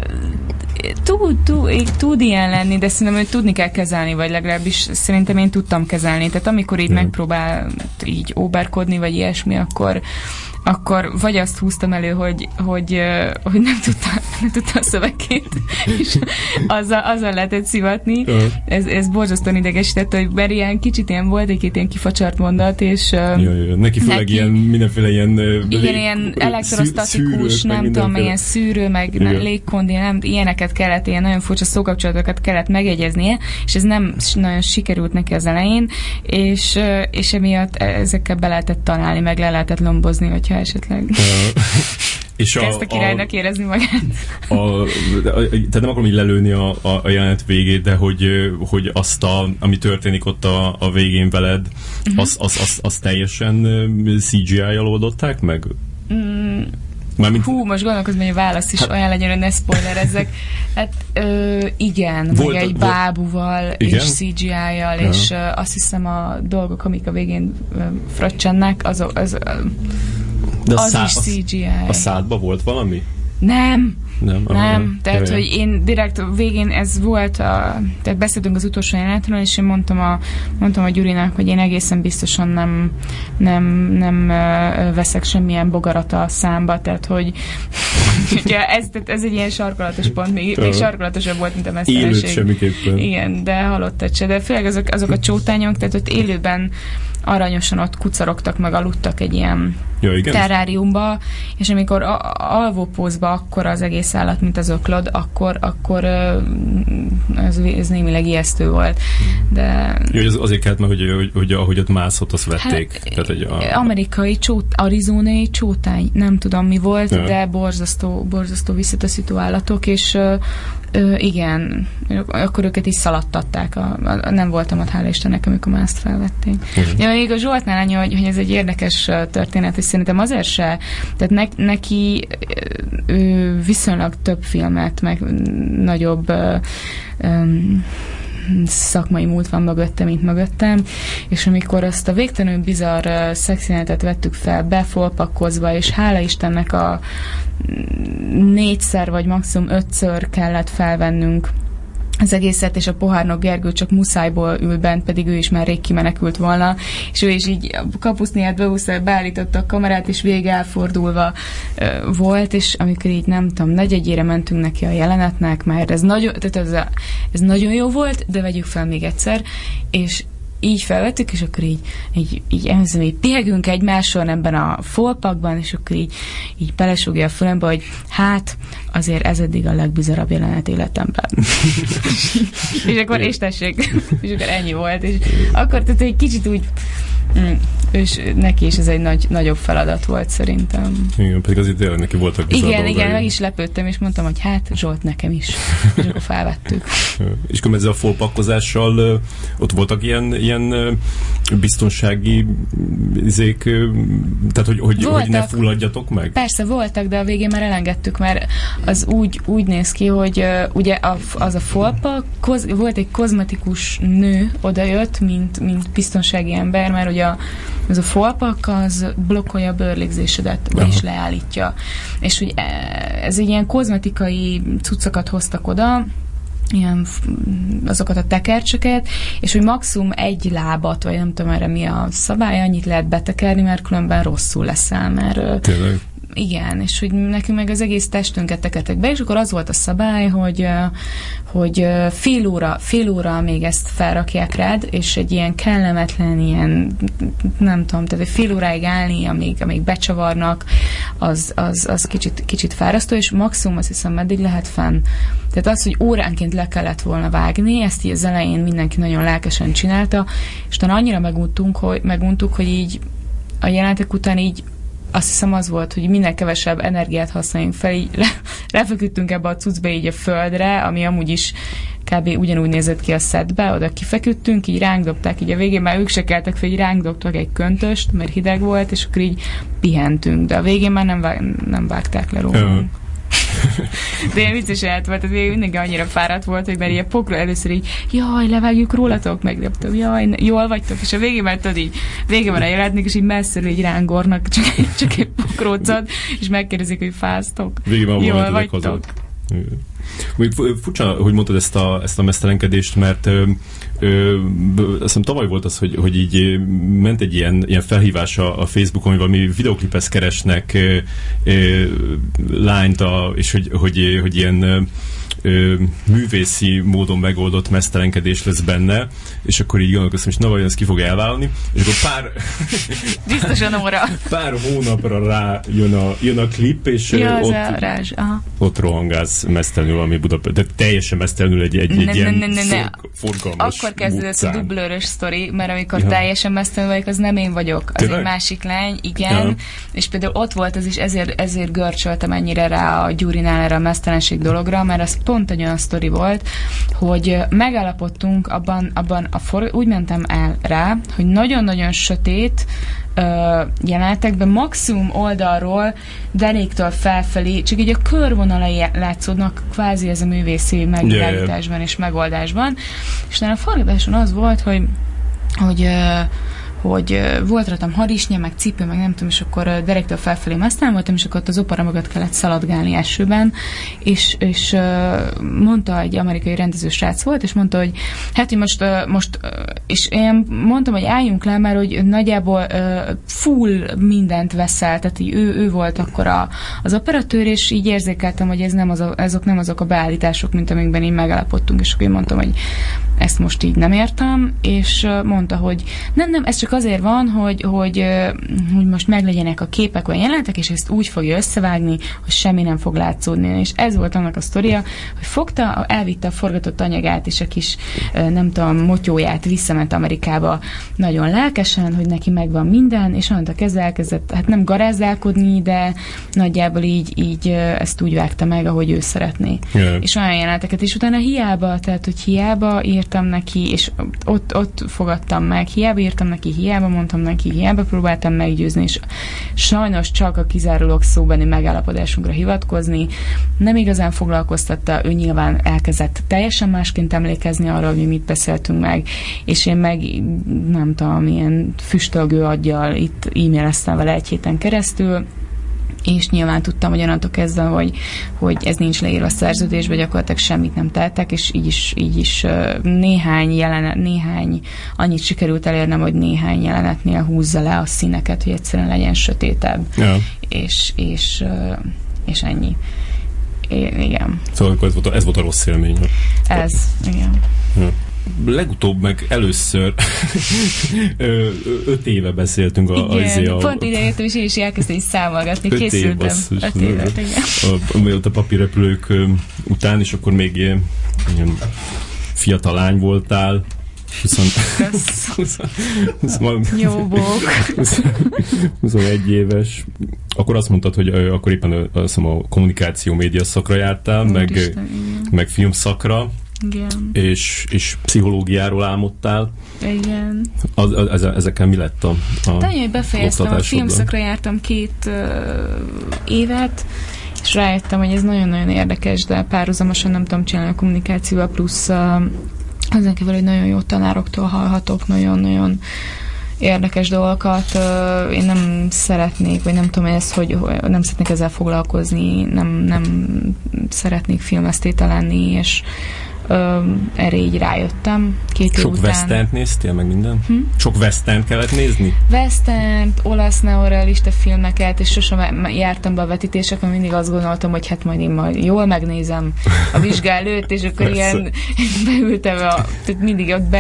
tud ilyen lenni, de szerintem, hogy tudni kell kezelni, vagy legalábbis szerintem én tudtam kezelni. Tehát amikor így megpróbált így óberkodni, vagy ilyesmi, akkor vagy azt húztam elő, hogy nem tudta a szövegét, és azzal lehetett szivatni. Ez borzasztóan idegesített, hogy mert kicsit ilyen volt egy-két ilyen kifacsart mondat, és neki főleg ilyen mindenféle ilyen ilyen elektrostatikus, nem tudom, ilyen szűrő, meg légkondi, ilyeneket kellett, ilyen nagyon furcsa szókapcsolatokat kellett megjegyeznie, és ez nem nagyon sikerült neki az elején, és emiatt ezekkel be lehetett találni, meg le lehetett lombozni, hogyha esetleg kezdte királynak érezni magát. Tehát nem akarom így lelőni a jelenet végét, de hogy azt, ami történik ott a végén veled, az teljesen CGI-jal oldották meg? Most gondolkozom, hogy a válasz is olyan legyen, hogy ne spoilerezzek. Hát igen, volt, meg egy bábúval igen? és CGI-jal, és azt hiszem a dolgok, amik a végén fröccsennek, az is CGI. A szádba volt valami? Nem. Tehát, hogy én direkt végén ez volt, tehát beszéltünk az utolsó jelenetről, és én mondtam a Gyurinak, hogy én egészen biztosan nem veszek semmilyen bogarat a számba, tehát, hogy ez egy ilyen sarkalatos pont, még sarkalatosabb volt, mint a mesztelenség. Élőt semmiképpen. Igen, de halottat se, de főleg azok a csótányok, tehát ott élőben aranyosan ott kucarogtak, meg aludtak egy ilyen terráriumba, és amikor alvópózba akkor az egész állat, mint az öklöd, akkor ez némileg ijesztő volt. De... Jó, azért kellett meg, hogy ahogy ott mászott, azt vették. Hát, tehát, amerikai arizonai csótány, nem tudom mi volt, de borzasztó visszataszító állatok, és igen, akkor őket is szaladtatták. Nem voltam ott, hála Istennek, amikor már ezt felvették. Ja, még a Zsoltnál annyi, hogy ez egy érdekes történet, és szerintem azért se, tehát neki viszonylag több filmet, meg nagyobb szakmai múlt van mögöttem, mint mögöttem, és amikor azt a végtelenül bizarr szexjelenetet vettük fel, befolpakkozva, és hála Istennek a 4-szer vagy maximum 5-ször kellett felvennünk az egészet, és a Pohárnok Gergő csak muszájból ül bent, pedig ő is már rég kimenekült volna, és ő is így a kapuszniát beállította a kamerát, és végig elfordulva volt, és amikor így nem tudom, negyedjére mentünk neki a jelenetnek, mert ez nagyon jó volt, de vegyük fel még egyszer, és így felvettük, és akkor így emlékszem, így pihegünk egymáson ebben a folpakban, és akkor így belesúgja a fülembe, hogy hát azért ez eddig a legbizarabb jelenet életemben. És akkor és tessék, és akkor ennyi volt, és akkor tehát egy kicsit úgy és neki is ez egy nagyobb feladat volt szerintem. Igen, pedig azért tényleg neki voltak bizarr Igen, meg is lepődtem, és mondtam, hogy hát Zsolt, nekem is. És akkor felvettük. És akkor ezzel a folpakkozással ott voltak ilyen biztonsági izék, tehát hogy ne fulladjatok meg? Persze voltak, de a végén már elengedtük, mert az úgy néz ki, hogy ugye az a folpak, volt egy kozmetikus nő odajött, mint biztonsági ember, mert ugye ez a folpak az blokkolja a bőrlégzésedet, vagyis leállítja. És hogy ez ilyen kozmetikai cuccokat hoztak oda, ilyen azokat a tekercseket, és hogy maximum egy lábat, vagy nem tudom erre mi a szabály, annyit lehet betekerni, mert különben rosszul leszel, mert tényleg? Igen, és hogy nekünk meg az egész testünket tekertek be, és akkor az volt a szabály, hogy fél óra még ezt felrakják rád, és egy ilyen kellemetlen, ilyen nem tudom, tehát egy fél óráig állni, amíg becsavarnak, az kicsit fárasztó, és maximum azt hiszem, meddig lehet fenn. Tehát az, hogy óránként le kellett volna vágni, ezt így az elején mindenki nagyon lelkesen csinálta, és talán annyira meguntuk, hogy így a jelenetek után így azt hiszem az volt, hogy minden kevesebb energiát használjunk fel, így lefeküdtünk ebbe a cuccba így a földre, ami amúgy is kb. Ugyanúgy nézett ki a szetbe, oda kifeküdtünk, így ránk dobták, így a végén már ők se keltek fel, így ránk dobtak egy köntöst, mert hideg volt, és akkor így pihentünk, de a végén már nem vágták le rólunk. De ilyen vicces volt, tehát mindenki annyira fáradt volt, hogy már ilyen pokról először így, jaj, levágjuk rólatok, megdobtam, jaj, jól vagytok, és a végén már tudod így, végén van a jelenetnek, és így messziről így rángornak, csak egy pokrócot, és megkérdezik, hogy fáztok, jól vagytok. Furcsa, hogy mondtad ezt a mesztelenkedést, mert azt hiszem tavaly volt az, hogy így ment egy ilyen felhívás a Facebookon, hogy valami videokliphez keresnek lányt, és hogy ilyen művészi módon megoldott mesztelenkedés lesz benne, és akkor így gondolkoztam, hogy vajon ez ki fog elválni, és akkor biztosan óra. Pár hónapra rá jön a klip, és ott rohangálsz mesztelenül, ami Budapest, de teljesen mesztelenül egy ilyen forgalmas akkor kezdődött a dublőrös sztori, mert amikor teljesen mesztelenül vagyok, az nem én vagyok, az egy másik lány, igen, és például ott volt az is, ezért görcsöltem ennyire rá a Gyurinál erre a mesztelenség dologra, mert az pont egy olyan sztori volt, hogy megállapodtunk abban úgy mentem el rá, hogy nagyon-nagyon sötét jelenetekben maximum oldalról, deréktől felfelé, csak így a körvonalai látszódnak kvázi ez a művészi megvilágításban és megoldásban. És a forgatáson az volt, hogy volt rajtam harisnya, meg cipő, meg nem tudom, és akkor deréktől felfelé mesztelen voltam, és akkor ott az opera mögött kellett szaladgálni esőben, és mondta, egy amerikai rendező srác volt, és mondta, hogy hát, hogy most és én mondtam, hogy álljunk le, mert hogy nagyjából full mindent veszel, tehát így ő volt akkor az operatőr, és így érzékeltem, hogy ezok nem azok a beállítások, mint amikben így megállapodtunk, és akkor én mondtam, hogy ezt most így nem értem, és mondta, hogy nem, ez csak azért van, hogy most meglegyenek a képek, olyan jelenetek, és ezt úgy fogja összevágni, hogy semmi nem fog látszódni. És ez volt annak a sztoria, hogy fogta, elvitte a forgatott anyagát, és a kis, nem tudom, motyóját visszament Amerikába nagyon lelkesen, hogy neki megvan minden, és onnantól kezdve elkezdett, hát nem garázdálkodni, de nagyjából így ezt úgy vágta meg, ahogy ő szeretné. Yeah. És olyan jeleneteket, és utána hiába írtam neki, és ott fogadtam meg, hiába írtam neki, hiába mondtam neki, hiába próbáltam meggyőzni, és sajnos csak a kizárólagos szóbeni megállapodásunkra hivatkozni. Nem igazán foglalkoztatta, ő nyilván elkezdett teljesen másként emlékezni arra, hogy mit beszéltünk meg, és én meg nem tudom, ilyen füstölgő aggyal itt e-maileztem vele egy héten keresztül, és nyilván tudtam, hogy onnantól kezdve, hogy ez nincs leírva a szerződésbe, gyakorlatilag semmit nem tettek, és így is néhány annyit sikerült elérnem, hogy néhány jelenetnél húzza le a színeket, hogy egyszerűen legyen sötétebb. Ja. És ennyi. Igen. Szóval ez volt a rossz élmény. Ez, igen. Ja. Legutóbb meg először 5 éve beszéltünk pont ide jöttem, és én is elkezdtem így számolgatni. Készültem. 5 évet, igen. A papírrepülők után, és akkor még ilyen fiatal lány voltál. 21 éves. Akkor azt mondtad, hogy akkor éppen a kommunikáció média szakra jártál, meg filmszakra. Igen. És pszichológiáról álmodtál. Igen. Ezekkel mi lett a hogy befejeztem, a filmszakra jártam 2 évet, és rájöttem, hogy ez nagyon-nagyon érdekes, de párhuzamosan nem tudom csinálni a kommunikációval, plusz azon kívül, hogy nagyon jó tanároktól hallhatok nagyon-nagyon érdekes dolgokat. Én nem szeretnék, vagy nem tudom hogy nem szeretnék ezzel foglalkozni, nem szeretnék filmesztéta lenni, és erre így rájöttem 2 év Sok után. western-t néztél meg minden? Sok western kellett nézni? Western, olasz neorealista filmeket, és sosem jártam be a vetítések, mert mindig azt gondoltam, hogy hát majd én jól megnézem a vizsga előtt, és akkor ilyen beültem, tehát mindig ott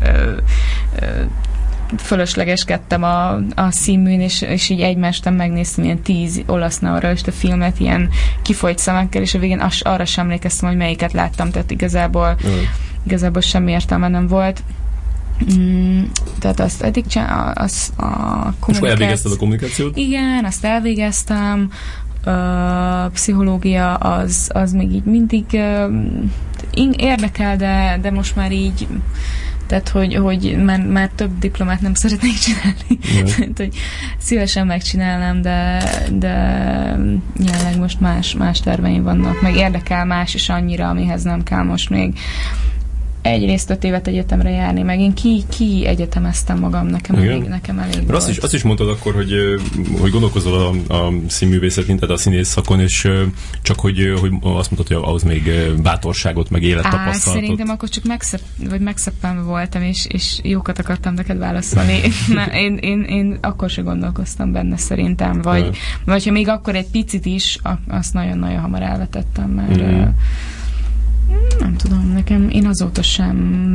fölöslegeskedtem a színműn, és így egymástán megnéztem ilyen 10 olasz neorealista filmet, ilyen kifolyt szemekkel, és a végén arra sem emlékeztem, hogy melyiket láttam, tehát igazából semmi értelme nem volt. Tehát azt eddig és akkor elvégezted a kommunikációt? Igen, azt elvégeztem. Pszichológia az még így mindig érdekel, de most már így, tehát, hogy már több diplomát nem szeretnék csinálni. Tehát, hogy szívesen megcsinálnám, de jelenleg most más terveim vannak. Meg érdekel más is annyira, amihez nem kell most még egyrészt 5 évet egyetemre járni, meg én ki egyetemeztem magam, nekem elég volt. Azt is mondtad akkor, hogy gondolkozol a színművészetén, tehát a színész szakon, és csak hogy azt mondtad, hogy ahhoz még bátorságot, meg élettapasztalatot. Szerintem akkor csak megszeppenve voltam, és jókat akartam neked válaszolni. Én akkor se gondolkoztam benne szerintem, vagy ha még akkor egy picit is, azt nagyon-nagyon hamar elvetettem, mert nem tudom, én azóta sem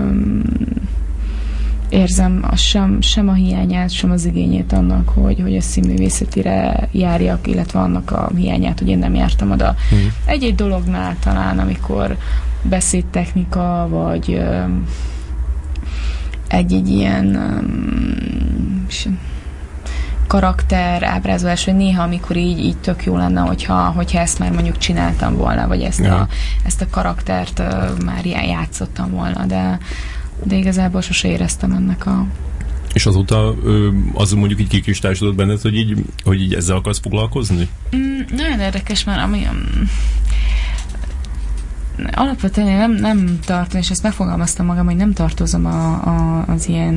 érzem sem a hiányát, sem az igényét annak, hogy a színművészetire járjak, illetve annak a hiányát, hogy én nem jártam oda. Egy-egy dolognál talán, amikor beszédtechnika, vagy egy-egy ilyen karakter, ábrázolás, vagy néha, amikor így tök jó lenne, hogyha ezt már mondjuk csináltam volna, vagy ezt a karaktert már játszottam volna, de igazából sose éreztem ennek a... És azóta az mondjuk így kikristályosodott benned, hogy így ezzel akarsz foglalkozni? Nagyon érdekes, mert alapvetően nem tartom, és ezt megfogalmaztam magam, hogy nem tartozom az ilyen...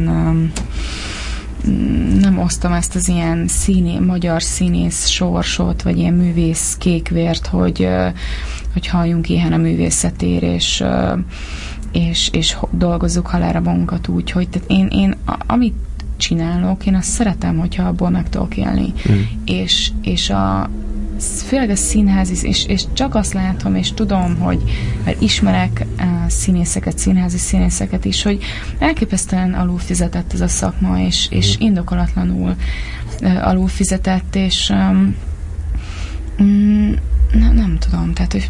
nem osztom ezt az ilyen magyar színész sorsot, vagy ilyen művész kékvért, hogy halljunk éhen a művészetér, és dolgozzuk halálra magunkat úgy, hogy tehát én amit csinálok, én azt szeretem, hogyha abból meg tudok élni. És főleg a színházi, és csak azt látom, és tudom, hogy mert ismerek színészeket, színházi színészeket is, hogy elképesztően alulfizetett ez a szakma, és indokolatlanul alulfizetett, és nem tudom, tehát, hogy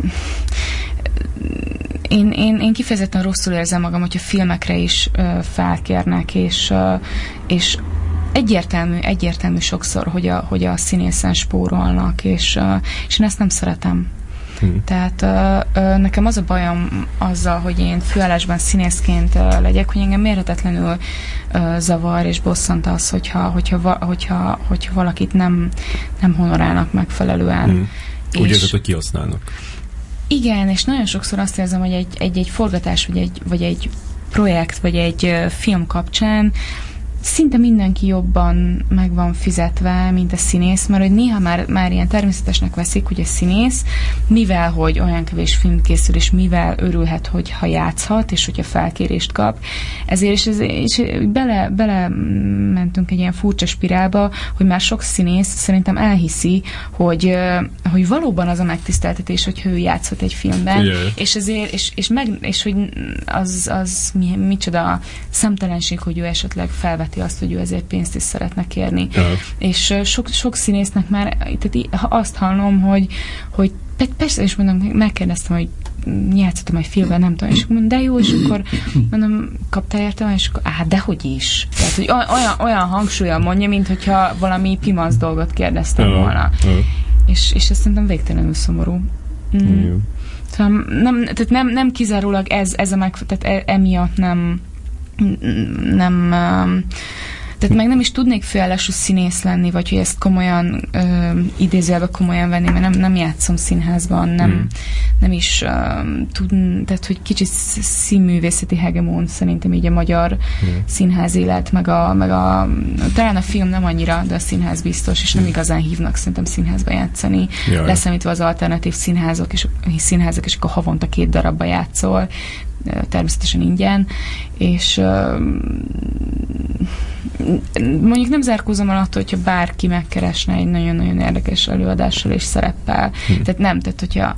én kifejezetten rosszul érzem magam, hogyha filmekre is felkérnek, és egyértelmű sokszor, hogy a színészen spórolnak, és én ezt nem szeretem. Tehát nekem az a bajom azzal, hogy én főállásban színészként legyek, hogy engem mérhetetlenül zavar és bosszant az, hogyha valakit nem honorálnak megfelelően. Úgy érzed, hogy kihasználnak. Igen, és nagyon sokszor azt érzem, hogy egy forgatás, vagy egy projekt, vagy egy film kapcsán szinte mindenki jobban meg van fizetve, mint a színész, mert hogy néha már ilyen természetesnek veszik, hogy a színész, mivel, hogy olyan kevés film készül, és mivel örülhet, hogyha játszhat, és hogyha felkérést kap. Ezért és bele mentünk egy ilyen furcsa spirálba, hogy már sok színész szerintem elhiszi, hogy valóban az a megtiszteltetés, hogy ő játszhat egy filmben, és ezért, és hogy az micsoda szemtelenség, hogy ő esetleg felveti azt, hogy ő ezért pénzt is szeretne kérni. És sok színésznek már tehát azt hallom, hogy persze, és mondom, megkérdeztem, hogy játszottam egy filmben, nem tudom, és akkor mondom, de jó, és akkor mondom, kaptál értem, és akkor dehogy is. Tehát, hogy olyan hangsúlyan mondja, mint hogyha valami pimasz dolgot kérdeztem volna. És ezt szerintem végtelenül szomorú. Tehát nem kizárólag ez a tehát emiatt nem tehát meg nem is tudnék főállású színész lenni, vagy hogy ezt komolyan idézőjelben komolyan venni, mert nem játszom színházban, nem is tehát hogy kicsit színművészeti hegemon szerintem így a magyar színház élet, meg a talán a film nem annyira, de a színház biztos, és nem igazán hívnak szerintem színházba játszani. Leszámítva az alternatív színházak, és akkor havonta 2 darabba játszol, természetesen ingyen, és mondjuk nem zárkózom el attól, hogyha bárki megkeresne egy nagyon-nagyon érdekes előadással és szereppel. Tehát hogyha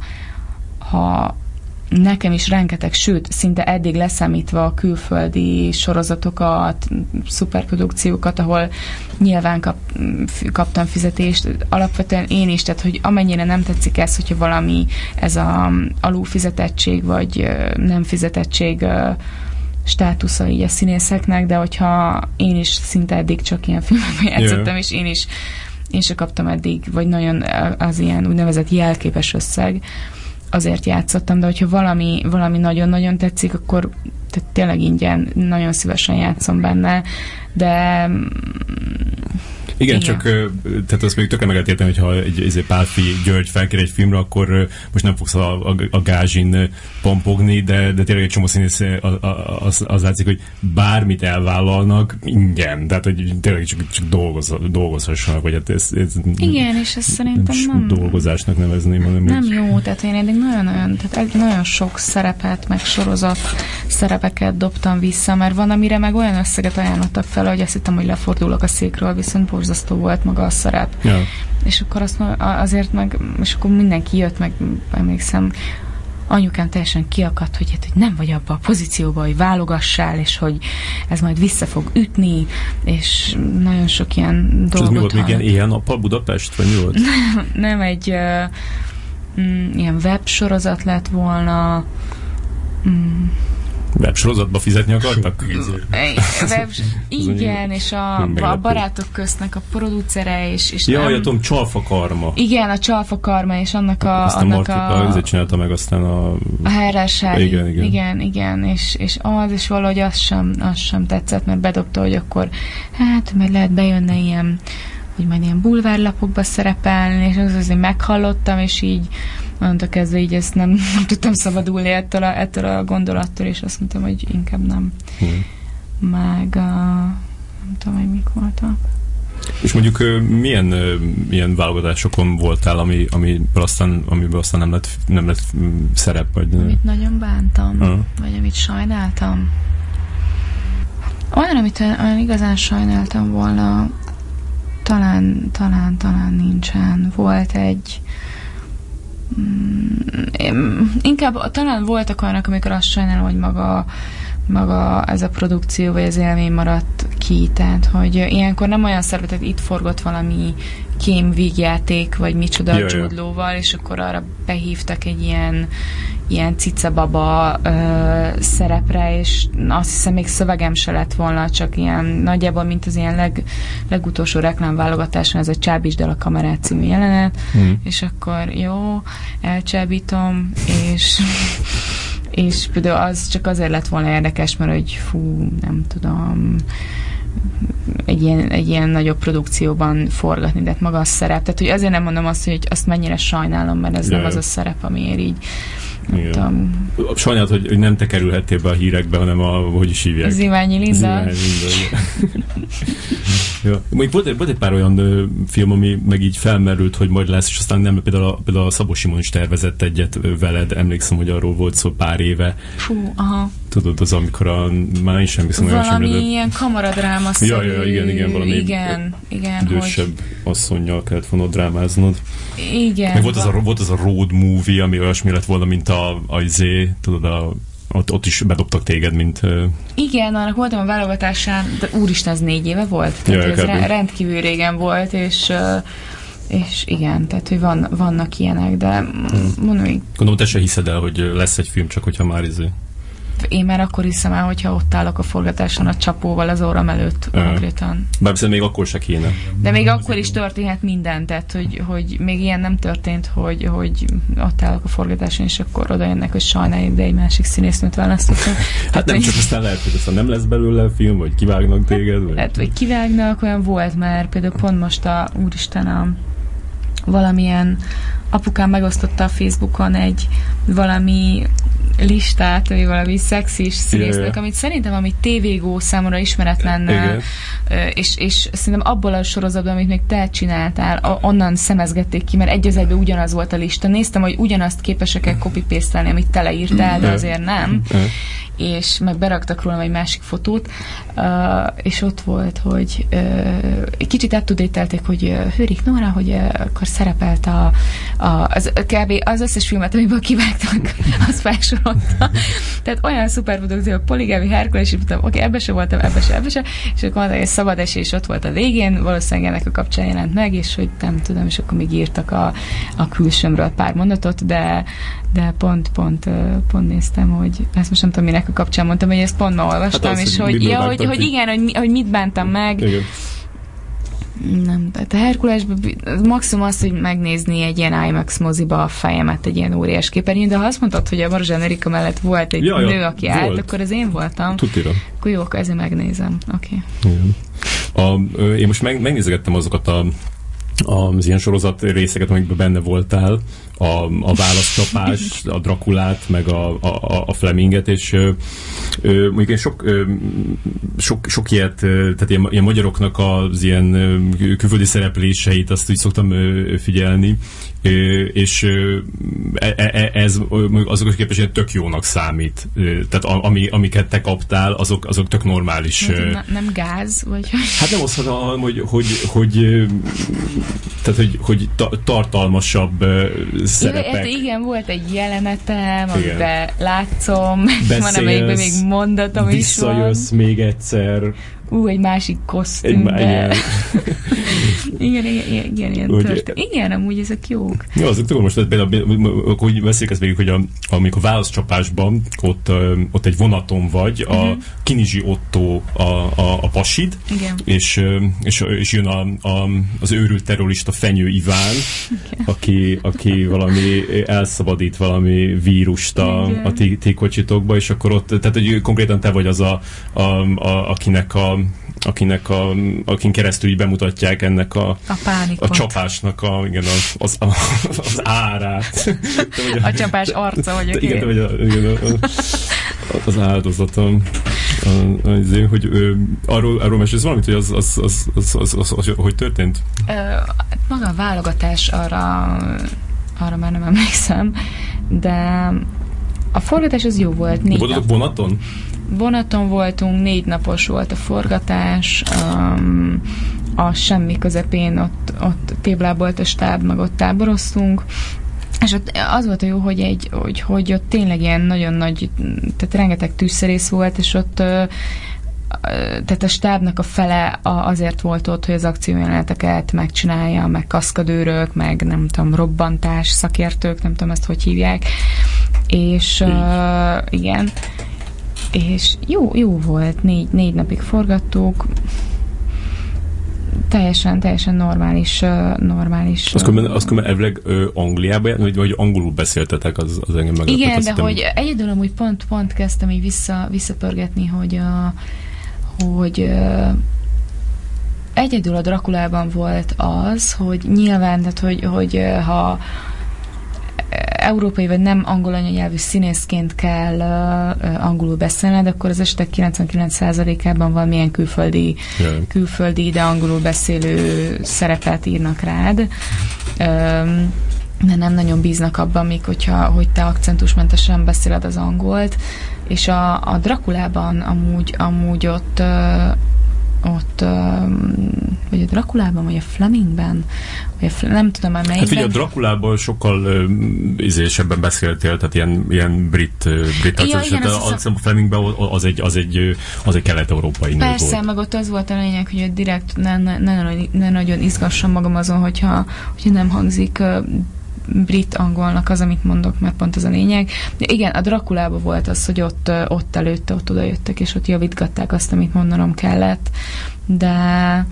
nekem is rengeteg, sőt, szinte eddig leszámítva a külföldi sorozatokat, szuperprodukciókat, ahol nyilván kaptam fizetést, alapvetően én is, tehát hogy amennyire nem tetszik ez, hogyha valami ez a alulfizetettség, vagy nem fizetettség státusza így a színészeknek, de hogyha én is szinte eddig csak ilyen filmekben játszottam, és én sem kaptam eddig, vagy nagyon az ilyen úgynevezett jelképes összeg, azért játszottam, de hogyha valami nagyon-nagyon tetszik, akkor tehát tényleg ingyen, nagyon szívesen játszom benne, de igen, csak tehát azt még tökre meg lehet érteni, hogyha egy Pálffy György felkér egy filmre, akkor most nem fogsz a gázsin pompogni, de tényleg egy csomó színész az látszik, hogy bármit elvállalnak ingyen, tehát hogy tényleg csak dolgozhassanak, vagy hát ez igen, és ez szerintem nem dolgozásnak nevezném, hanem nem jó, tehát én eddig nagyon sok szerepet, meg sorozat szerepeket dobtam vissza, mert van, amire meg olyan összeget ajánlottak fel, hogy azt hittem, hogy lefordulok a székről, viszont borzasztó volt maga a szerep. Ja. És akkor azért meg, és akkor mindenki jött, meg emlékszem, anyukám teljesen kiakadt, hogy nem vagy abba a pozícióba, hogy válogassál, és hogy ez majd vissza fog ütni, és nagyon sok ilyen dolgot. És ez mi volt még ilyen éjjel-nappal Budapest, vagy mi volt? Nem, egy ilyen websorozat lett volna. Websorozatba fizetni akartak? Igen, és a Barátok köztnek a producere, és ja, tudom, Csalfa Karma. Igen, a Csalfa Karma, és annak a ezért csinálta meg aztán a Herrásári. Igen, és valahogy az sem tetszett, mert bedobta, hogy akkor mert lehet bejönne ilyen, hogy majd ilyen bulvárlapokba szerepelni, és azért meghallottam, és így mondta kezdve, így ezt nem tudtam szabadulni ettől a gondolattól, és azt mondtam, hogy inkább nem. Meg nem tudom, hogy mik voltak. És mondjuk milyen válogatásokon voltál, amiből aztán nem lett szerep? Vagy amit nagyon bántam, vagy amit sajnáltam? Olyan, amit olyan igazán sajnáltam volna, Talán nincsen. Volt egy inkább talán voltak olyanok, amikor azt sajnálom, hogy maga ez a produkció, vagy az élmény maradt ki, tehát, hogy ilyenkor nem olyan szervetet, itt forgott valami vígjáték, vagy micsoda a csúdlóval, és akkor arra behívtak egy ilyen cicababa szerepre, és azt hiszem még szövegem se lett volna, csak ilyen nagyjából, mint az ilyen legutolsó reklámválogatáson, ez a Csábítsd el a kamerát című jelenet, és akkor jó, elcsábítom, és például az csak azért lett volna érdekes, mert hogy nem tudom, egy ilyen nagyobb produkcióban forgatni, de maga a szerep. Tehát, hogy azért nem mondom azt, hogy azt mennyire sajnálom, mert ez nem az a szerep, amiért így sajnálod, hogy nem te kerülhettél be a hírekbe, hanem hogy is hívják? Ziványi Linda. Ja. Volt egy pár olyan film, ami meg így felmerült, hogy majd lesz, és aztán nem, például a Szabó Simon is tervezett egyet veled, emlékszem, hogy arról volt szó pár éve. Aha. Tudod, az amikor már is emlékszem. Valami ilyen kamaradráma szerű. Ja, igen, valami igen, idősebb asszonnyal kellett volna drámáznod. Igen. Meg volt az a road movie, ami olyasmi lett volna, mint tudod, ott is bedobtak téged, mint... Igen, annak voltam a válogatásán, de úristen, ez 4 éve volt. Tehát ez rendkívül régen volt, és igen, tehát, hogy vannak ilyenek, de mondom... Gondolom, te se hiszed el, hogy lesz egy film, csak hogyha már Én már akkor hiszem el, hogyha ott állok a forgatáson a csapóval az orrom előtt konkrétan. Bár még akkor se kéne. De még akkor is történhet minden, tehát hogy még ilyen nem történt, hogy ott állok a forgatáson, és akkor oda jönnek, hogy sajnáljuk, de egy másik színésznőt választottam. Hát nem, csak aztán lehet, hogy aztán nem lesz belőle a film, vagy kivágnak téged. Vagy... Hát, vagy kivágnak, olyan volt már, például pont most valamilyen apukám megosztotta a Facebookon valami listát, vagy valami szexis színésznek, amit szerintem, amit tévégó számomra ismeretlen, és szerintem abból a sorozatban, amit még te csináltál, onnan szemezgették ki, mert egy az egyben ugyanaz volt a lista. Néztem, hogy ugyanazt képesek-e copy-paste-elni, amit te leírtál, de azért nem. És meg beraktak róla egy másik fotót, és ott volt, hogy kicsit up-to-date-telték, hogy Hőrik Nóra, hogy akkor szerepelt kb. Az összes filmet, amiből kivágtak, az felsorolta. Tehát olyan szuperprodukció, Poligámi, Herkules, és mondtam, oké, ebbe se voltam, ebbe se, és akkor mondták, hogy Szabad esés ott volt a végén, valószínűleg ennek a kapcsán jelent meg, és hogy nem tudom, és akkor még írtak a külsőmről pár mondatot, de pont néztem, hogy ezt most nem tudom, minek a kapcsán mondtam, hogy ezt pont ma olvastam, hát az, és hogy igen, hogy mit bántam meg. Igen. Nem, tehát a Herkulesben maximum az, hogy megnézni egy ilyen IMAX moziba a fejemet egy ilyen óriás képernyőn, de ha azt mondtad, hogy a Marzsán Erika mellett volt egy nő, aki állt, volt. Akkor az én voltam. Tutira. Akkor jó, akkor ezért megnézem. Oké. Én most megnézegettem azokat az ilyen sorozat részeket, amikben benne voltál, a válaszcsapás, a Drakulát, meg a Fleminget, és mondjuk én sok ilyet, tehát ilyen magyaroknak az ilyen külföldi szerepléseit, azt úgy szoktam figyelni, és ez azokhoz képest ilyen tök jónak számít. Tehát amiket te kaptál, azok tök normális. Nem gáz? Vagy? Hát nem azt mondom, hogy tartalmasabb szerepek. Igen, volt egy jelenetem, amiben látszom, van amelyikben még mondatom is van. Visszajössz még egyszer. Egy másik kosztümbe. Igen, ilyen történt. Igen, amúgy ezek jók. Jó, azok tudom, most például, hogy beszéljük ezt végig, hogy amikor válaszcsapásban ott egy vonaton vagy, a Kinizsi Otto a pasid, és jön az őrült terrorista Fenyő Iván, aki valami elszabadít valami vírust a ti kocsitokba, és akkor ott, tehát hogy konkrétan te vagy az akin keresztül így bemutatják ennek a csapásnak az árát. A csapás arca vagyok én. Igen, az áldozatom. Hogy arról mesélsz valamit, hogy az hogy történt? Maga a válogatás arra már nem emlékszem, de a forgatás az jó volt. Voltatok vonaton? Vonaton voltunk, 4 napos volt a forgatás, a semmi közepén ott téblábolt a stáb, meg ott táboroztunk, és ott az volt a jó, hogy ott tényleg ilyen nagyon nagy, tehát rengeteg tűzszerész volt, és ott tehát a stábnak a fele azért volt ott, hogy az akciójeleneteket megcsinálja, meg kaszkadőrök, meg nem tudom, robbantás szakértők, nem tudom ezt hogy hívják, és igen, és jó volt, négy napig forgattuk, teljesen normális. Azt különben elvileg Angliában, vagy angolul beszéltetek, az engem meglepett. Igen, de hogy egyedül amúgy pont kezdtem így visszapörgetni, hogy egyedül a Drakulában volt az, hogy nyilván, tehát hogy ha európai vagy nem angol anyanyelvű színészként kell angolul beszélned, akkor az esetek 99%-ában valamilyen külföldi, de angolul beszélő szerepet írnak rád. De nem nagyon bíznak abban, hogy te akcentusmentesen beszéled az angolt. És a Drakulában amúgy ott vagy a Drakulában, vagy a Flemingben, nem tudom már melyikben. Hát figyelj, a Drakulában sokkal ízésebben beszéltél, tehát ilyen brit akcentus. A Flemingben az egy kelet-európai nő volt. Persze, meg ott az volt a lényeg, hogy direkt ne nagyon izgassam magam azon, hogyha nem hangzik brit-angolnak az, amit mondok, mert pont az a lényeg. De igen, a Drakulában volt az, hogy ott előtte, ott oda jöttek, és ott javítgatták azt, amit mondanom kellett. De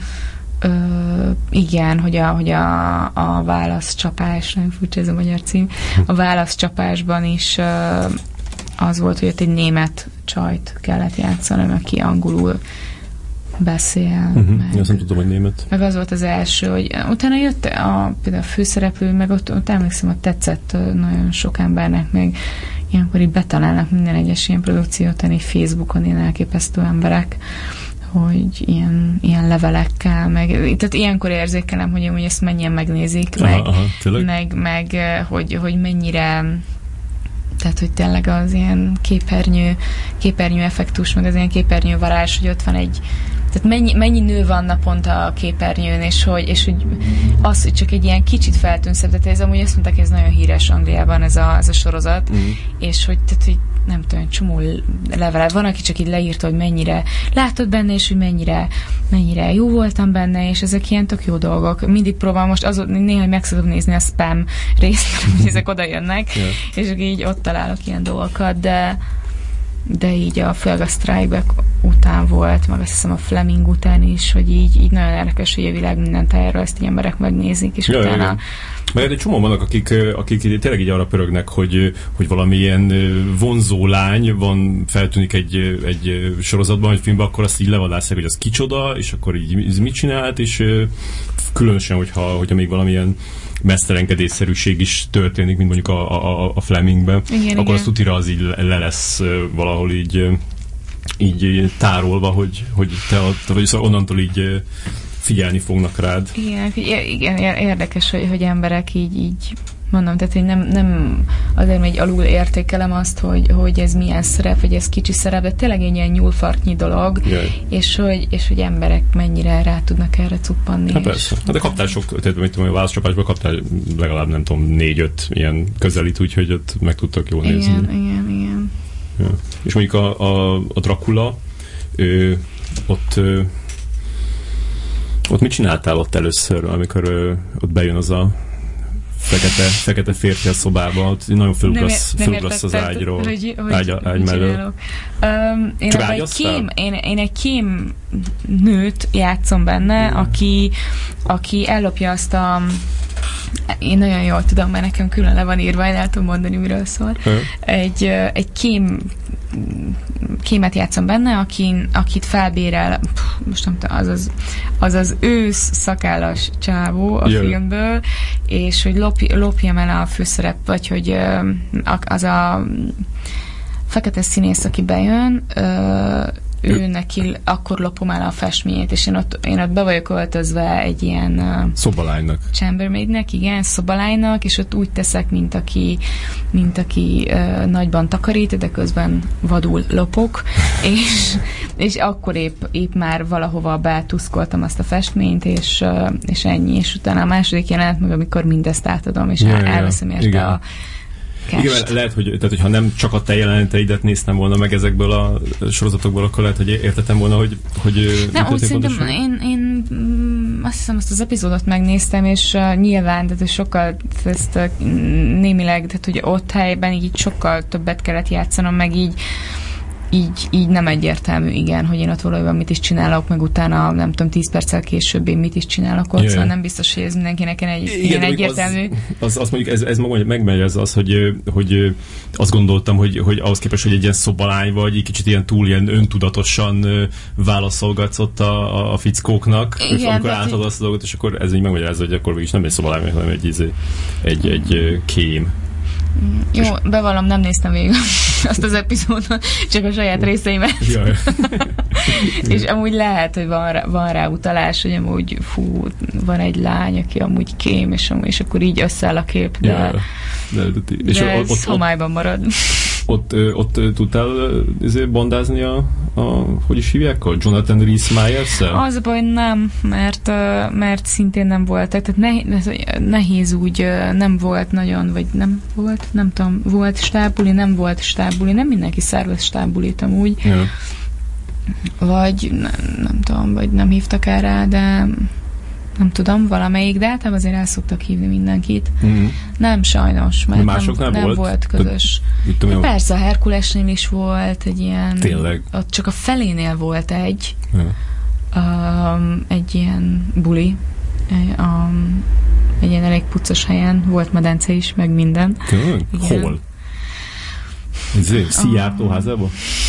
igen, hogy a válaszcsapás, nem furcsa ez a magyar cím, a válaszcsapásban is az volt, hogy ott egy német csajt kellett játszanom, aki angolul beszél. Azt nem tudom, hogy német. Meg az volt az első, hogy utána jött például a főszereplő, meg ott emlékszem, hogy tetszett nagyon sok embernek, meg ilyenkor így betalálnak minden egyes ilyen produkciót, egy Facebookon ilyen elképesztő emberek, hogy ilyen levelekkel, tehát ilyenkor érzékelem, hogy ezt mennyien megnézik, meg hogy mennyire, tehát, hogy tényleg az ilyen képernyő effektus, meg az ilyen képernyő varázs, hogy ott van egy, tehát mennyi nő van naponta a képernyőn, és hogy az, hogy csak egy ilyen kicsit feltűnszebb, tehát ez amúgy azt mondták, hogy ez nagyon híres Angliában ez a sorozat, és hogy nem tudom, csomó levelet. Van, aki csak így leírta, hogy mennyire látod benne, és hogy mennyire jó voltam benne, és ezek ilyen tök jó dolgok. Mindig próbálom most néha meg szoktam nézni a spam részt, hogy ezek oda jönnek, és így ott találok ilyen dolgokat, de így főleg a Strike-back után volt, meg azt hiszem a Fleming után is, hogy így nagyon érdekes, hogy a világ minden tájáról ezt így emberek megnézik, és utána... Meg egy csomó vannak, akik tényleg így arra pörögnek, hogy valamilyen vonzó lány feltűnik egy sorozatban, egy filmben, akkor azt így levadásszák, hogy az kicsoda, és akkor így mit csinált, és különösen, hogyha még valamilyen mesztelenkedésszerűség is történik, mint mondjuk a Flemingben, akkor azt tutira az így le lesz valahol így tárolva, hogy te vagy onnantól így figyelni fognak rád. Igen, érdekes, hogy emberek így mondom, tehát hogy nem azért még alul értékelem azt, hogy ez milyen szerep, vagy ez kicsi szerep, de tényleg egy ilyen nyúlfartnyi dolog, és hogy emberek mennyire rá tudnak erre cuppanni. Hát persze. Hát de kaptál tehát mit tudom, a válaszcsapásban kaptál legalább nem tudom 4-5 ilyen közelít, úgyhogy ott meg tudtak jól nézni. Igen. Ja. És mondjuk a Dracula, ott mit csináltál ott először, amikor ott bejön az a fekete férfi a szobába, ott nagyon fölugrasz az ágyról, ágy mellől. Én egy kém nőt játszom benne, aki ellopja azt a... Én nagyon jól tudom, mert nekem külön le van írva, én el tudom mondani, miről szól. Egy kémet játszom benne, akit felbérel, most nem tudom, az ősz szakállas csávó a filmből, és hogy lopjam el a főszerep, vagy hogy az a fekete színész, aki bejön, ő neki akkor lopom el a festményét, és én ott be vagyok öltözve egy ilyen szobalánynak. Chambermaidnek, igen, szobalánynak, és ott úgy teszek, mint aki nagyban takarít, de közben vadul lopok, és akkor épp már valahova betuszkoltam azt a festményt, és ennyi, és utána a második jelenet meg, amikor mindezt átadom, és elveszem érte a igen, lehet, hogyha nem csak a te jeleneteidet néztem volna meg ezekből a sorozatokból, akkor lehet, hogy értettem volna, hogy nem, úgy szerintem én azt hiszem, azt az epizódot megnéztem, és nyilván, tehát sokkal ezt némileg, tehát hogy ott helyben így sokkal többet kellett játszanom, meg így nem egyértelmű, igen, hogy én ott valójában mit is csinálok, meg utána, nem tudom, 10 perccel később én mit is csinálok ott, szóval nem biztos, hogy ez mindenkinek ilyen egyértelmű. Az mondjuk, ez megmegy az, hogy azt gondoltam, hogy ahhoz képest, hogy egy ilyen szobalány vagy, egy kicsit ilyen öntudatosan válaszolgatsz ott a fickóknak, igen, és amikor átadod azt a dolgot, és akkor ez így megmagyarázza, hogy akkor is nem egy szobalány, hanem egy kém. Jó, bevallom, nem néztem végig azt az epizódot, csak a saját részeimet. És amúgy lehet, hogy van rá utalás, hogy amúgy van egy lány, aki amúgy kém, és akkor így összeáll a kép, de ez homályban marad. Ott tudtál bondázni hogy is hívják? A Jonathan Rhys-Meyers-szel? Az a baj, nem, mert szintén nem voltak, tehát nehéz úgy, nem volt nagyon, vagy nem volt, nem tudom, volt stábbuli, nem volt stábbuli, nem mindenki szervez stábbulit amúgy. Ja. Vagy nem tudom, vagy nem hívtak el rá, de nem tudom, valamelyik, de általában azért el szoktak hívni mindenkit. Mm. Nem sajnos, mert nem volt közös. Persze, a Herkulesnél is volt egy ilyen... Tényleg? Ott csak a felénél volt egy ilyen buli. Egy ilyen elég puccos helyen. Volt medence is, meg minden. Hol? Szijjártó házában?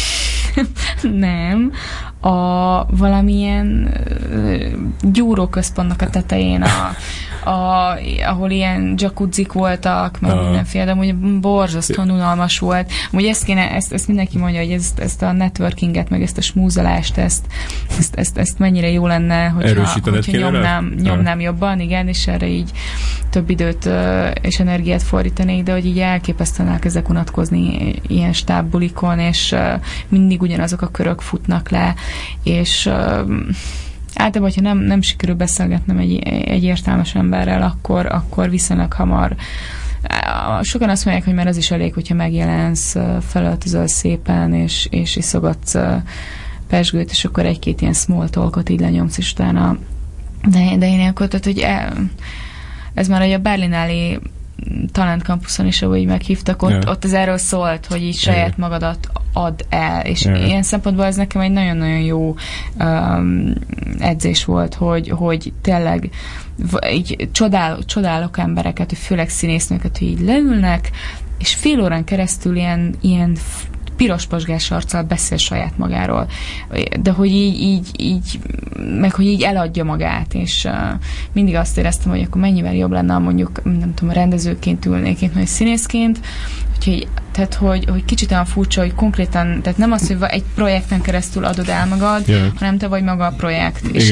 Nem. Valamilyen gyúróközpontnak a tetején, ahol ilyen jacuzzik voltak, meg mindenféle, de amúgy borzasztóan unalmas volt. Amúgy ezt mindenki mondja, hogy ezt a networkinget, meg ezt a smúzolást, ezt mennyire jó lenne, hogyha nyomnám jobban, igen, és erre így több időt és energiát fordítanék, de hogy így elképesztően elkezdek unatkozni ilyen stábbulikon, és mindig ugyanazok a körök futnak le, és általában, hogyha nem sikerül beszélgetnem egy értelmes emberrel, akkor viszonylag hamar. Sokan azt mondják, hogy már az is elég, hogyha megjelensz, felöltözöl szépen, és iszogatsz pezsgőt, és akkor egy-két ilyen small talkot így lenyomsz, és utána de én ilyenkor, tehát, hogy ez már a Berlinale Talent Campuson is, ahogy meghívtak, ott az erről szólt, hogy így saját magadat add el, és ilyen szempontból ez nekem egy nagyon-nagyon jó edzés volt, hogy tényleg így csodálok embereket, hogy főleg színésznőket, hogy így leülnek, és fél órán keresztül ilyen piros pasgás arccal beszél saját magáról. De hogy így meg hogy így eladja magát, és mindig azt éreztem, hogy akkor mennyivel jobb lenne, mondjuk, nem tudom, rendezőként ülnék, vagy színészként, tehát, hogy kicsit olyan furcsa, hogy konkrétan, tehát nem az, hogy egy projekten keresztül adod el magad, hanem te vagy maga a projekt. És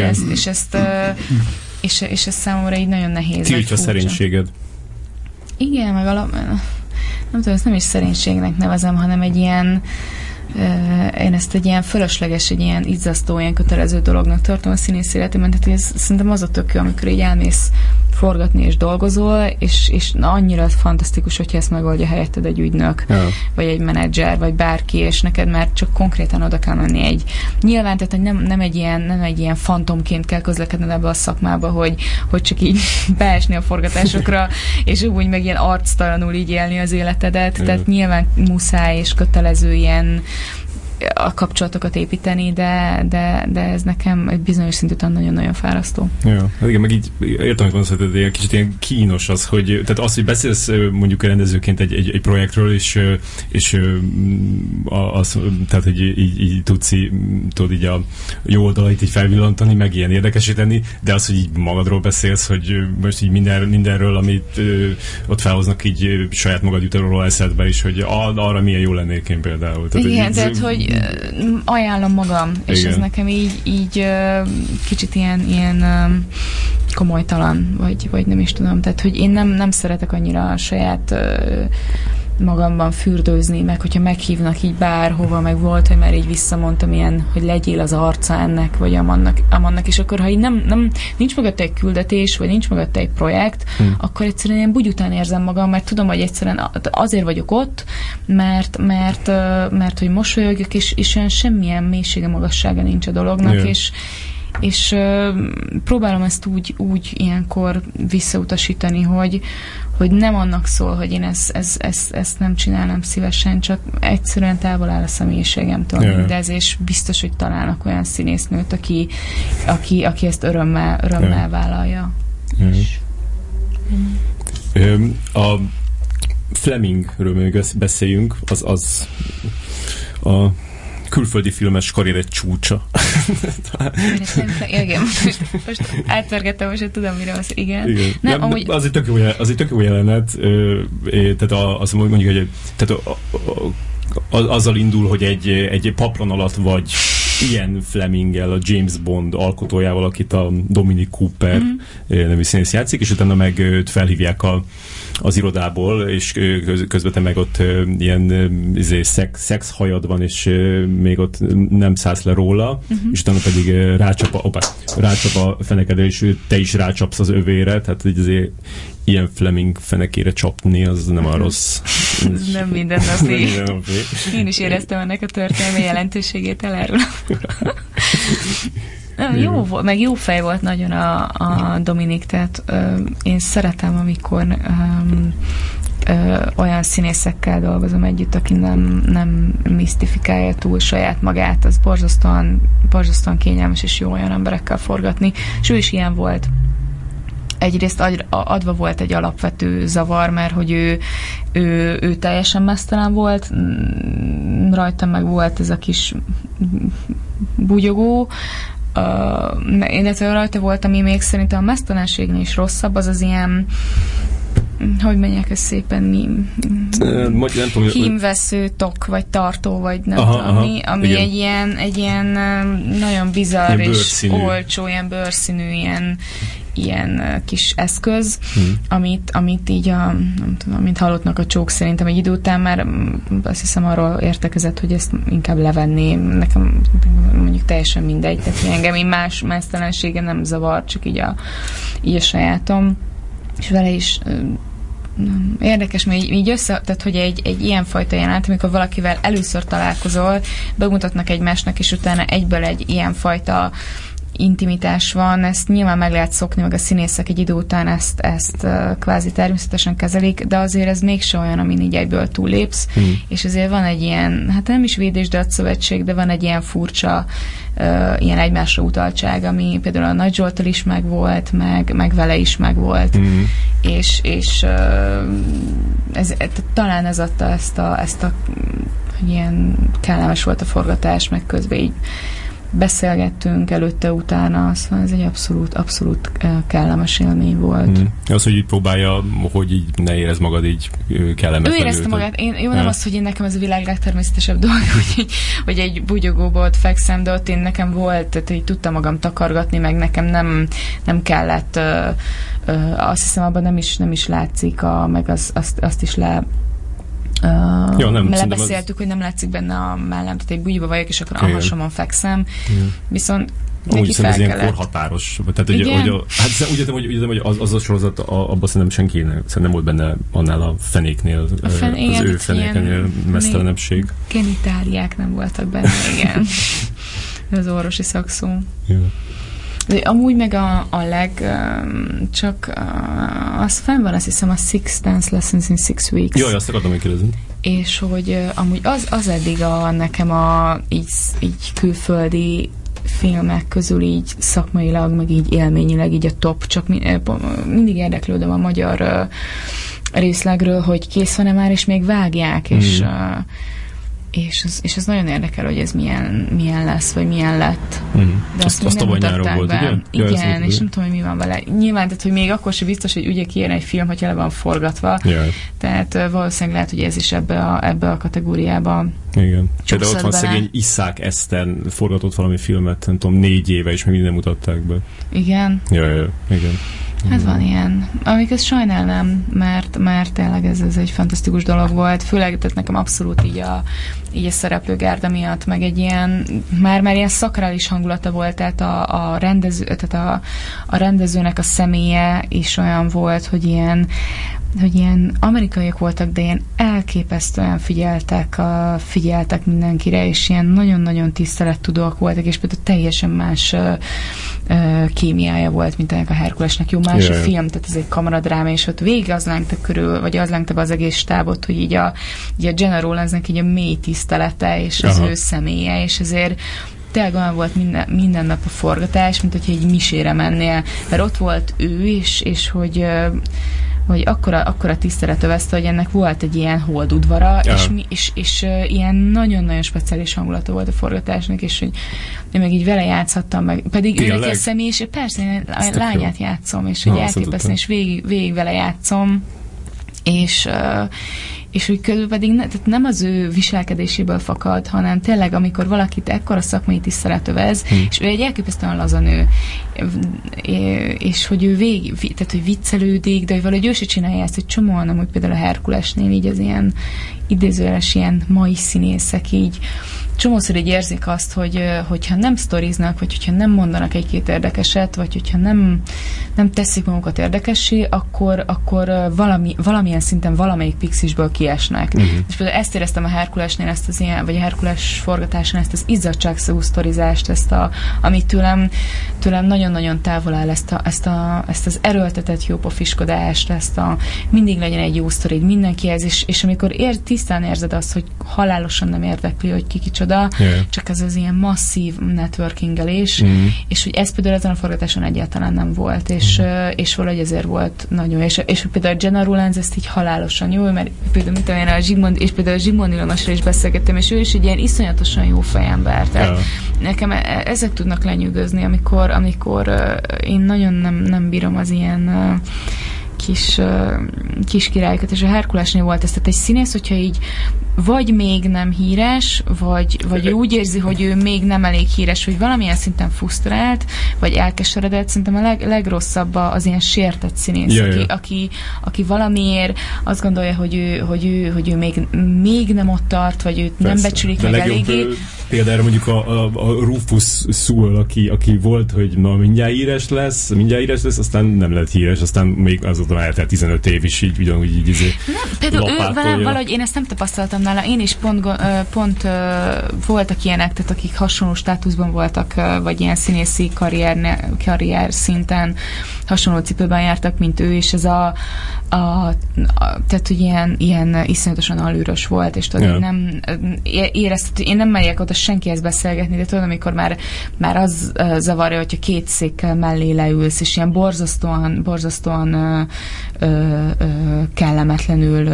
ez számomra így nagyon nehéz. Tiltja a szerénységed. Igen, meg nem tudom, ezt nem is szerénységnek nevezem, hanem egy ilyen én ezt egy ilyen fölösleges, egy ilyen izzasztó, ilyen kötelező dolognak tartom a színész életében, tehát ez szerintem az a tök jó, amikor így elmész forgatni és dolgozol, és annyira fantasztikus, hogyha ezt megoldja helyetted egy ügynök, vagy egy menedzser, vagy bárki, és neked már csak konkrétan oda kell menni nyilván, tehát nem egy ilyen fantomként kell közlekedned ebbe a szakmába, hogy csak így beesni a forgatásokra, és úgy meg ilyen arctalanul így élni az életedet, tehát nyilván muszáj és kötelező ilyen a kapcsolatokat építeni, de ez nekem egy bizonyos szintű után nagyon-nagyon fárasztó. Ja, hát igen, meg így értem, hogy mondod, hogy kicsit ilyen kínos az, hogy tehát az, hogy beszélsz mondjuk rendezőként egy projektről, és tehát, hogy így tudsz így a jó oldalait így felvillantani, meg ilyen érdekesíteni, de az, hogy így magadról beszélsz, hogy most így mindenről, amit ott felhoznak, így saját magad jut róla eszedbe is, hogy arra milyen jó lennék én például. Tehát, igen, tehát, hogy ajánlom magam, és igen. Ez nekem így kicsit ilyen komolytalan, vagy nem is tudom. Tehát, hogy én nem szeretek annyira a saját magamban fürdőzni, meg hogyha meghívnak így bárhova, meg volt, hogy már így visszamondtam ilyen, hogy legyél az arca ennek, vagy amannak, és akkor ha így nincs mögötte egy küldetés, vagy nincs mögötte egy projekt, akkor egyszerűen ilyen bugy után érzem magam, mert tudom, hogy egyszerűen azért vagyok ott, mert hogy mosolyogjak, és olyan semmilyen mélysége, magassága nincs a dolognak, igen. És próbálom ezt úgy ilyenkor visszautasítani, hogy nem annak szól, hogy én ezt nem csinálnám szívesen, csak egyszerűen távol áll a személyiségemtől mindez, és biztos, hogy találnak olyan színésznőt, aki ezt örömmel vállalja. A Flemingről még beszéljünk, az a külföldi filmes karrier egy csúcsa. Igen, most átvergettem, most tudom, mire az. Igen. Nem, amúgy... Az egy tök jó jelenet, tehát azt mondjuk, hogy azzal indul, hogy egy paplan alatt vagy ilyen Fleminggel, a James Bond alkotójával, akit a Dominic Cooper nevű színész játszik, és utána meg őt felhívják az irodából, és közben te meg ott ilyen szexhajad van, és még ott nem szállsz le róla, és utána pedig rácsap a fenekedre, és te is rácsapsz az övére, tehát azért ilyen Fleming fenekére csapni, az nem a rossz. Nem mindennapi. Én is éreztem ennek a történelmi jelentőségét, elárulom. Jó volt, meg jó fej volt nagyon a Dominik, tehát én szeretem, amikor olyan színészekkel dolgozom együtt, aki nem misztifikálja túl saját magát, az borzasztóan kényelmes és jó olyan emberekkel forgatni, és ő is ilyen volt. Egyrészt adva volt egy alapvető zavar, mert hogy ő teljesen meztelen volt, rajtam meg volt ez a kis bugyogó, illetve rajta volt, ami még szerintem a meztelenségnél is rosszabb, az ilyen, hogy menjek ezt szépen, hímvesző tok, vagy tartó, vagy nem tudom, ami egy ilyen nagyon bizarr és olcsó, ilyen bőrszínű, ilyen kis eszköz, amit így nem tudom, mint halottnak a csók, szerintem egy idő után már azt hiszem arról értekezett, hogy ezt inkább levenni. Nekem mondjuk teljesen mindegy, tehát engem más meztelensége nem zavar, csak így a sajátom. És vele is érdekes, mert így tehát, hogy egy ilyenfajta jelenet, amikor valakivel először találkozol, bemutatnak egymásnak, és utána egyből egy ilyenfajta intimitás van, ezt nyilván meg lehet szokni, meg a színészek egy idő után ezt kvázi természetesen kezelik, de azért ez mégse olyan, amin így egyből túllépsz, és azért van egy ilyen, hát nem is védés, de szövetség, de van egy ilyen furcsa ilyen egymásra utaltság, ami például a Nagy Zsolttal is megvolt, meg vele is megvolt, és talán ez adta ezt a hogy ilyen kellemes volt a forgatás, meg közben így beszélgettünk előtte-utána, szóval ez egy abszolút kellemes élmény volt. Az, hogy így próbálja, hogy így ne érezd magad így kellemetlenül. Ő érezte magát. Nem az, hogy én nekem ez a világ legtermészetesebb dolog, hogy egy bugyogóba ott fekszem, de ott én nekem volt, tehát így tudtam magam takargatni, meg nekem nem kellett, azt hiszem abban nem is látszik, meg azt is lebeszéltük, hogy nem látszik benne a mellem, tehát egy bugyba vagyok, és akkor a hasomon fekszem. Viszont úgy ez ilyen korhatáros. Tehát, hogy az a sorozat, abban szerintem senki nem volt benne annál a fenéknél, az ő fenéknél meztelenebbség. Genitáliák nem voltak benne, igen. Az orvosi szakszó. Amúgy meg a csak az fenn van, azt hiszem, a 6 Dance Lessons in 6 Weeks. Jaj, azt akartam megkérdezni. És hogy amúgy az eddig nekem így külföldi filmek közül így szakmailag, meg így élményileg így a top, csak mindig érdeklődöm a magyar részlegről, hogy kész van-e már, és még vágják, és és ez nagyon érdekel, hogy ez milyen lesz, vagy milyen lett. De azt tavaly nyáron volt, ugye? Igen, és nem tudom, hogy mi van vele. Nyilván, tehát, hogy még akkor sem biztos, hogy ugye kijön egy film, hogyha le van forgatva. Yeah. Tehát valószínűleg lehet, hogy ez is ebbe a kategóriába. Igen. De ott van szegény Iszák Esztern forgatott valami filmet, nem tudom, 4 éve, és még nem mutatták be. Igen. Ja, igen. Hát van ilyen. Amiket sajnálnám, mert tényleg ez egy fantasztikus dolog volt, főleg tehát nekem abszolút így a szereplőgárda miatt, meg egy ilyen, már ilyen szakrális hangulata volt, tehát a rendezőnek a személye is olyan volt, hogy ilyen amerikaiak voltak, de ilyen elképesztően figyeltek mindenkire, és ilyen nagyon-nagyon tisztelettudóak voltak, és például teljesen más kémiája volt, mint ennek a Herkulesnek. Jó, más a film, tehát ez egy kamaradráma, és ott végig az lángta körül, vagy az lángta be az egész stábot, hogy így a Gena Rowlandsnek így a mély tisztelete, és az ő személye, és ezért tényleg olyan volt minden nap a forgatás, mint hogyha egy misére mennél, mert ott volt ő is, és hogy akkora tisztelet övezte, hogy ennek volt egy ilyen holdudvara, és ilyen nagyon-nagyon speciális hangulata volt a forgatásnak, és hogy én meg így vele játszhattam meg. Pedig ő neki a személy, és persze én a lányát játszom, és hogy elképesztően, és végig vele játszom, és úgy közül pedig tehát nem az ő viselkedéséből fakad, hanem tényleg, amikor valakit ekkora szakmai tisztelet övez, és ő egy elképesztően laza nő, és hogy ő tehát hogy viccelődik, de hogy valahogy ő se csinálja ezt, hogy csomóan, amúgy például a Herkulesnél így az ilyen idézőjeles ilyen mai színészek így csomószor így érzik azt, hogyha nem sztoriznak, vagy hogyha nem mondanak egy-két érdekeset, vagy hogyha nem teszik magukat érdekessé, akkor valamilyen szinten valamelyik pixisből kiesnek. És például ezt éreztem a Herkulesnél, ezt az ilyen, vagy a Herkules forgatásán, ezt az izzadságszagú sztorizást, amit tőlem nagyon-nagyon távol áll, ezt az erőltetett jópofiskodást, mindig legyen egy jó sztorid mindenkihez, és amikor tisztán érzed azt, hogy halálosan nem érdekli, hogy ki kicsoda, csak ez az ilyen masszív networkingelés, és hogy ez például ezen a forgatáson egyáltalán nem volt, és valahogy ezért volt nagyon, és például a Gena Rowlands ezt így halálosan jó, mert például mint olyan a Zsigmond, és például a Zsigmond Ilonosra is beszélgettem, és ő is egy ilyen iszonyatosan jó fejember, tehát nekem ezek tudnak lenyűgözni, amikor én nagyon nem bírom az ilyen kis királyokat, és a Herkulesnél volt ez, tehát egy színész, hogyha így vagy még nem híres, vagy úgy érzi, hogy ő még nem elég híres, hogy valamilyen szinten frusztrált, vagy elkeseredett, szerintem a legrosszabb az ilyen sértett színész, aki valamiért azt gondolja, hogy ő még nem ott tart, vagy őt nem becsülik meg eléggé. Például mondjuk a Rufus Sewell, aki volt, hogy mindjárt híres lesz, aztán nem lett híres, aztán még azóta eltelt 15 év is így ugyanúgy így például ő valahogy én ezt nem tapasztaltam nála, én is pont voltak ilyenek, tehát akik hasonló státuszban voltak, vagy ilyen színészi karrier szinten hasonló cipőben jártak, mint ő, és ez tehát, hogy ilyen iszonyatosan alűrös volt, és tudod, nem érezted, én nem megyek oda senkihez beszélgetni, de tudod, amikor már az zavarja, hogyha két székkel mellé leülsz, és ilyen borzasztóan kellemetlenül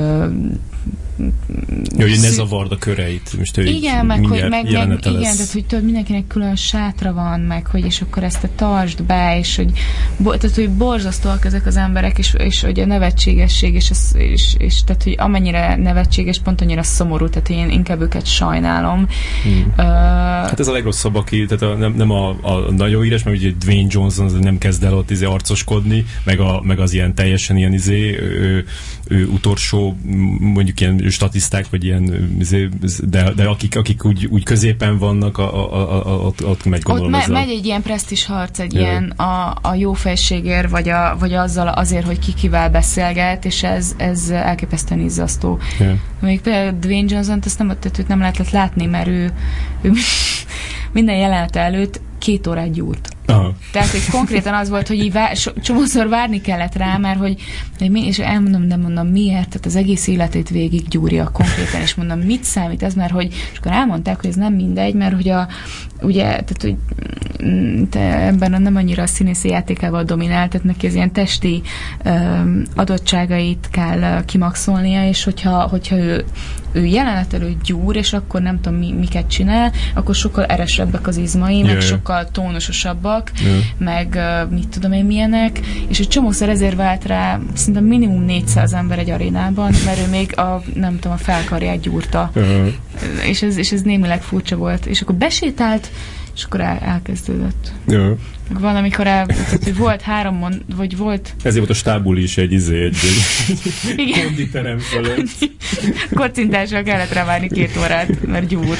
hogy ne zavard a köreit. Most igen, meg igen, tehát hogy tudod, mindenkinek külön sátra van, meg hogy és akkor ezt tartsd be, és hogy tehát, hogy borzasztóak ezek az emberek, és hogy a nevetségesség, és tehát, hogy amennyire nevetséges, pont annyira szomorú, tehát én inkább őket sajnálom. Hát ez a legrosszabb, aki, tehát nem a nagyon híres, mert ugye Dwayne Johnson nem kezd el ott arcoskodni, meg az ilyen teljesen ilyen utolsó, mondjuk ilyen statiszták, vagy ilyen, de akik úgy középen vannak, ott megy, gondolom. Ott megy egy ilyen presztízs harc, egy ilyen a jó fejségért, vagy azzal azért, hogy kivel beszélget, és ez elképesztően izzasztó. Még például Dwayne Johnson-t őt nem lehetett látni, mert ő minden jelenete előtt 2 órát gyúrt. Aha. Tehát, hogy konkrétan az volt, hogy így csomószor várni kellett rá, mert hogy és elmondom, de mondom miért, tehát az egész életét végig gyúrja konkrétan, és mondom, mit számít ez, mert hogy, és akkor elmondták, hogy ez nem mindegy, mert hogy ugye, tehát, hogy ebben nem annyira a színészi játékával dominál, tehát neki az ilyen testi adottságait kell kimaxolnia, és hogyha ő jelenet előtt gyúr, és akkor nem tudom miket csinál, akkor sokkal eresebbek az izmai, meg sokkal tónusosabbak, meg mit tudom én milyenek, és egy csomószor ezért vált rá szinte minimum 400 ember egy arénában, mert ő még a felkarját gyúrta. És ez némileg furcsa volt. És akkor besétált, és akkor elkezdődött. Valamikor volt 3 vagy volt... Ezért volt a stábuli is egy konditerem fölött. Kocintással kellett rá várni 2 órát, mert gyúr.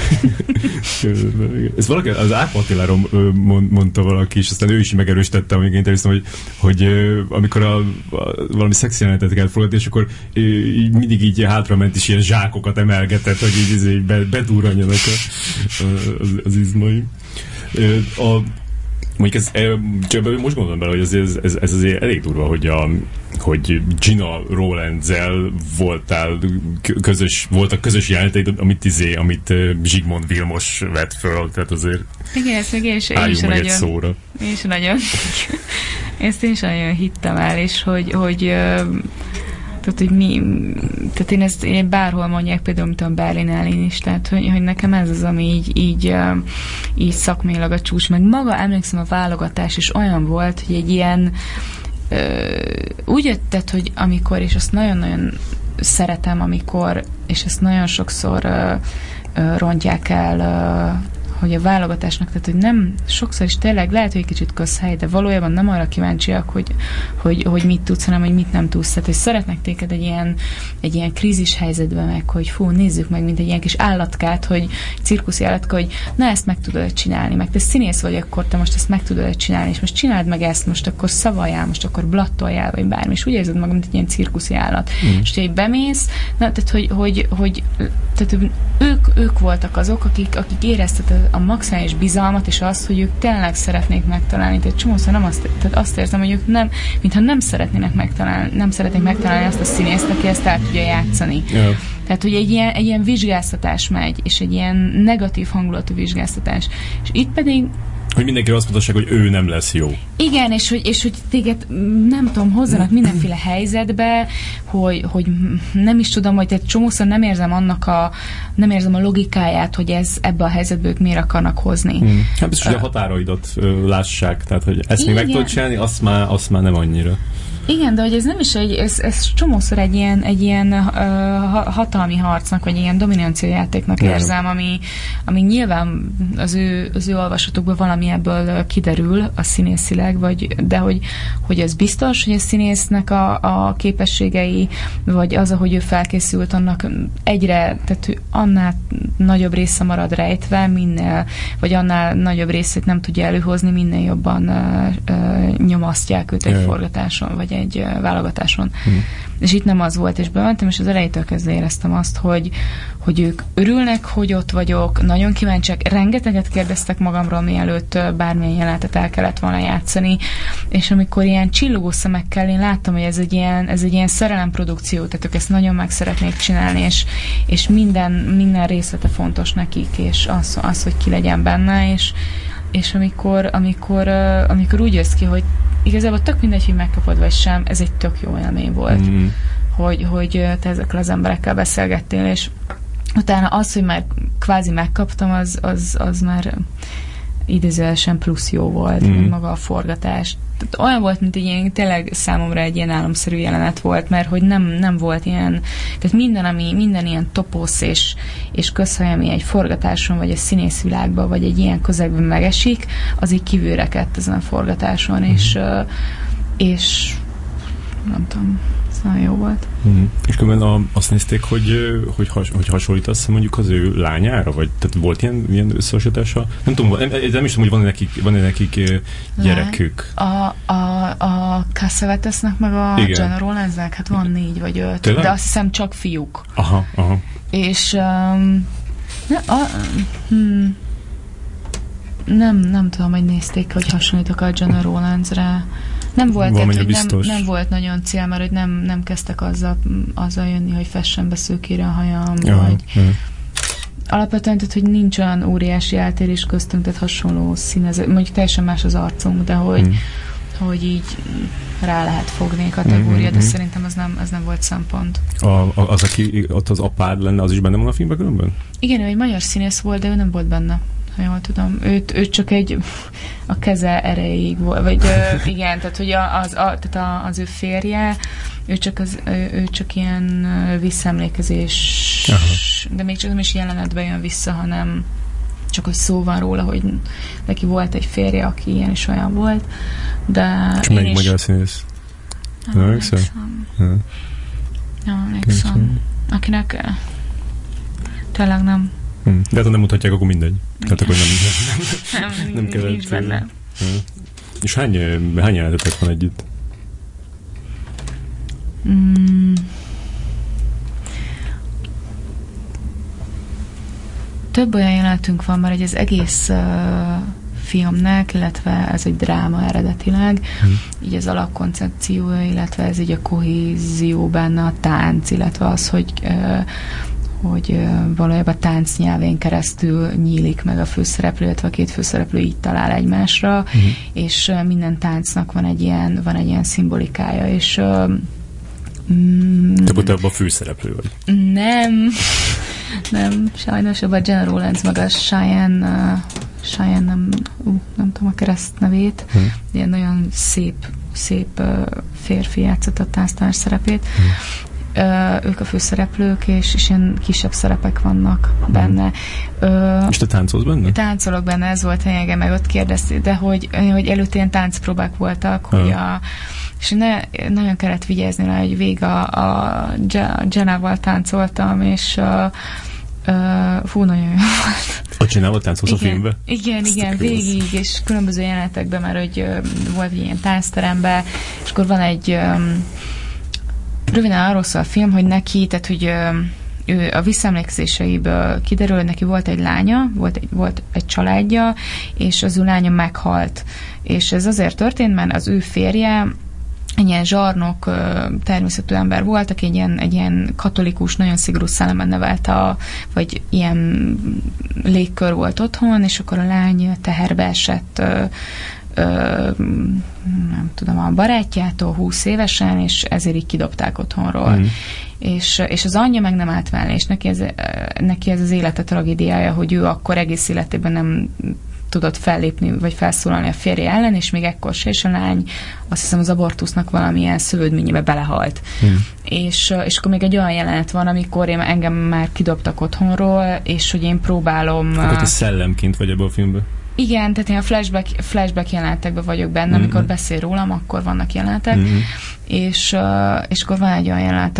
Ez valaki, az Árpa Attiláról mondta valaki, és aztán ő is megerősítette, amikor interjúztam, hogy amikor valami szexi jelenetet kellett fogadni, és akkor mindig így hátrament, és ilyen zsákokat emelgetett, hogy így bedurranjanak az izmai. Mondjuk most gondolom bele, hogy ez azért elég durva, hogy Gina Rowlands-el voltak közös jeleneteid, amit Zsigmond Vilmos vett föl, tehát azért igen, ezt meg én is meg egy szóra. Ezt én is nagyon hittem el, és hogy tehát én bárhol mondják, például mint a Berlin Ellin is, tehát hogy nekem ez az, ami így szakmailag a csúcs, meg maga emlékszem a válogatás is olyan volt, hogy egy ilyen úgy jöttet, hogy amikor, és azt nagyon-nagyon szeretem, amikor, és ezt nagyon sokszor rontják el, hogy a válogatásnak, tehát hogy nem, sokszor is tényleg lehet, hogy egy kicsit közhely, de valójában nem arra kíváncsiak, hogy mit tudsz, hanem hogy mit nem tudsz. Tehát, hogy szeretnek téged egy ilyen krízis helyzetben meg, hogy nézzük meg, mint egy ilyen kis állatkát, hogy cirkuszi állatka, hogy na, ezt meg tudod csinálni, meg te színész vagy, akkor te most ezt meg tudod csinálni, és most csináld meg ezt, most akkor szavaljál, most akkor blattoljál, vagy bármi, és úgy érzed magad, mint egy ilyen cirkuszi állat. És hogyha bemész, na, tehát, tehát ők voltak azok, akik érezted a maximális bizalmat, és azt, hogy ők tényleg szeretnék megtalálni. Tehát csomószor tehát azt érzem, hogy ők nem, mintha nem szeretnék megtalálni azt a színészt, aki ezt el tudja játszani. Yeah. Tehát, hogy egy ilyen vizsgáztatás megy, és egy ilyen negatív hangulatú vizsgáztatás. És itt pedig hogy mindenki azt mondta, hogy ő nem lesz jó. Igen, és hogy téged, nem tudom, hozzanak mindenféle helyzetbe, hogy nem is tudom, hogy tehát csomószor nem érzem a logikáját, hogy ebbe a helyzetbe ők miért akarnak hozni. Hát biztos, hogy a határaidat lássák, tehát, hogy ezt még meg tudod csinálni, azt már nem annyira. Igen, de hogy ez nem is ez csomószor egy ilyen hatalmi harcnak, vagy ilyen dominancia játéknak érzem, ami nyilván az ő olvasatokban valami ebből kiderül a színészileg, de hogy ez biztos, hogy a színésznek a képességei, vagy az, ahogy ő felkészült, annak tehát annál nagyobb része marad rejtve, vagy annál nagyobb részét nem tudja előhozni, minél jobban nyomasztják őt egy forgatáson, vagy egy válogatáson. És itt nem az volt, és bementem, és az elejétől kezdve éreztem azt, hogy ők örülnek, hogy ott vagyok, nagyon kíváncsiak, rengeteget kérdeztek magamról, mielőtt bármilyen jelenetet el kellett volna játszani, és amikor ilyen csillogó szemekkel én láttam, hogy ez egy ilyen szerelemprodukció, tehát ők ezt nagyon meg szeretnék csinálni, és minden részlete fontos nekik, és az hogy ki legyen benne, és amikor úgy jössz ki, hogy igazából tök mindegy, hogy megkapod vagy sem, ez egy tök jó élmény volt, hogy te ezekkel az emberekkel beszélgettél, és utána az, hogy már kvázi megkaptam, az már idézőjelesen plusz jó volt, mint maga a forgatás. Tehát olyan volt, mint egy ilyen, tényleg számomra egy ilyen álomszerű jelenet volt, mert hogy nem volt ilyen, tehát minden ilyen toposz és közhely, ami egy forgatáson, vagy egy színészvilágban, vagy egy ilyen közegben megesik, az így kívülrekedt ezen a forgatáson, és nem tudom, ez nagyon jó volt. És különben azt nézték, hogy hasonlítasz mondjuk az ő lányára? Vagy tehát volt ilyen összehasonlítása? Nem tudom, nem is tudom, hogy van-e nekik gyerekük. A Cassavetesnek meg a Gina Rowlandsnek, hát van 4 vagy 5. Tényleg? De azt hiszem csak fiúk. Aha. És nem tudom, hogy nézték, hogy hasonlítok a Gina Rowlandsre. Nem volt nagyon cél, mert hogy nem kezdtek azzal jönni, hogy fessen be szőkére a hajam, alapvetően, tehát, hogy nincs olyan óriási eltérés köztünk, tehát hasonló színező, mondjuk teljesen más az arcunk, de hogy így rá lehet fogni a kategória, de szerintem az nem volt szempont. Az, aki ott az apád lenne, az is benne van a filmben különben? Igen, ő egy magyar színész volt, de ő nem volt benne, ha jól tudom. Ő csak a keze erejéig volt, vagy igen, tehát hogy tehát az ő férje, ő csak ilyen visszaemlékezés, de még csak nem is jelenetben jön vissza, hanem csak hogy szó van róla, hogy neki volt egy férje, aki ilyen is olyan volt, de és melyik magyar színész? Nem emlékszem. Akinek tényleg nem. De hát nem mutatják, akkor mindegy. Tehát akkor nem kellett. Nincs benne. És hány jelenetetek van együtt? Több olyan jelenetünk van, mert az egész filmnek, illetve ez egy dráma eredetileg, így az alapkoncepciója, illetve ez így a kohézió benne, a tánc, illetve az, hogy valójában tánc nyelvén keresztül nyílik meg a főszereplő, illetve a két főszereplő így talál egymásra, és minden táncnak van egy ilyen szimbolikája, és te abban a főszereplő vagy? Nem, sajnos abban Jenna Rollins meg a Cheyenne nem tudom a kereszt nevét, ilyen nagyon szép férfi játszott a tánctanár szerepét. Ők a főszereplők, és ilyen kisebb szerepek vannak benne. És te táncolsz benne? Táncolok benne, ez volt lényege, meg ott kérdezték, de hogy előtt ilyen táncpróbák voltak, hogy és nagyon kellett vigyázni rá, hogy végig a Jennával táncoltam, és nagyon jó volt. A Jennával táncolsz a filmben? Igen, végig, és különböző jelenetekben, mert hogy volt egy ilyen táncteremben, és akkor van egy röviden arról szól a film, hogy neki, tehát hogy ő a visszaemlékezéseiből kiderül, hogy neki volt egy lánya, volt egy családja, és az ő lánya meghalt. És ez azért történt, mert az ő férje egy ilyen zsarnok természetű ember volt, aki egy ilyen katolikus, nagyon szigorú szellemben nevelte, vagy ilyen légkör volt otthon, és akkor a lány teherbe esett nem tudom, a barátjától 20 évesen, és ezért így kidobták otthonról. És az anyja meg nem állt mellé, és neki ez az élete tragédiája, hogy ő akkor egész életében nem tudott fellépni, vagy felszólalni a férje ellen, és még ekkor se, és a lány azt hiszem az abortusznak valamilyen szövődményébe belehalt. És akkor még egy olyan jelenet van, amikor engem már kidobtak otthonról, és hogy én próbálom... Akkor te szellemként vagy ebben a filmben? Igen, tehát én a flashback jelenetekben vagyok benne, amikor beszél rólam, akkor vannak jelenetek, és akkor van egy olyan jelenet,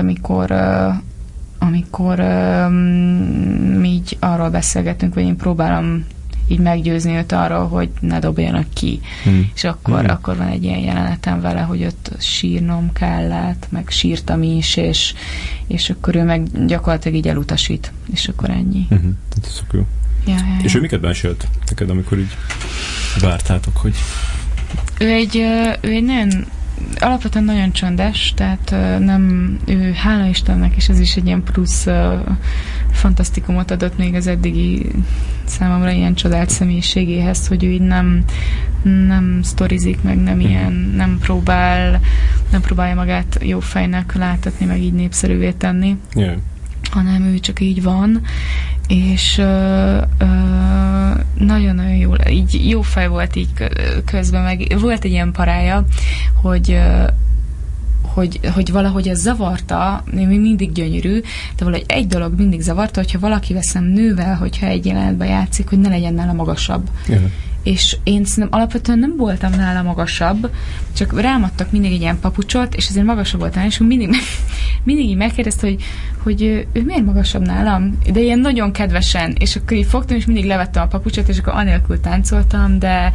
amikor mi így arról beszélgetünk, hogy én próbálom így meggyőzni őt arról, hogy ne dobjanak ki. És akkor van egy ilyen jelenetem vele, hogy ott sírnom kellett, meg sírtam is, és akkor ő meg gyakorlatilag így elutasít, és akkor ennyi. Ez jó. Ja. És ő miket mesélt neked, amikor így vártátok, hogy... Ő egy nagyon, alapvetően nagyon csöndes, tehát ő hála Istennek, és ez is egy ilyen plusz fantasztikumot adott még az eddigi számomra ilyen csodált személyiségéhez, hogy ő így nem sztorizik, meg nem próbálja magát jó fejnek láttatni, meg így népszerűvé tenni. Yeah. Hanem ő csak így van, és nagyon-nagyon jó fej volt így közben, meg volt egy ilyen parája, hogy valahogy ez zavarta, még mindig gyönyörű, de valahogy egy dolog mindig zavarta, hogyha valaki veszem nővel, hogyha egy jelenetben játszik, hogy ne legyen nála magasabb. Yeah. És én szerintem alapvetően nem voltam nála magasabb, csak rámadtak mindig egy ilyen papucsot, és ezért magasabb voltam, és mindig így megkérdezte, hogy ő miért magasabb nálam, de ilyen nagyon kedvesen, és akkor így fogtam, és mindig levettem a papucsot, és akkor anélkül táncoltam, de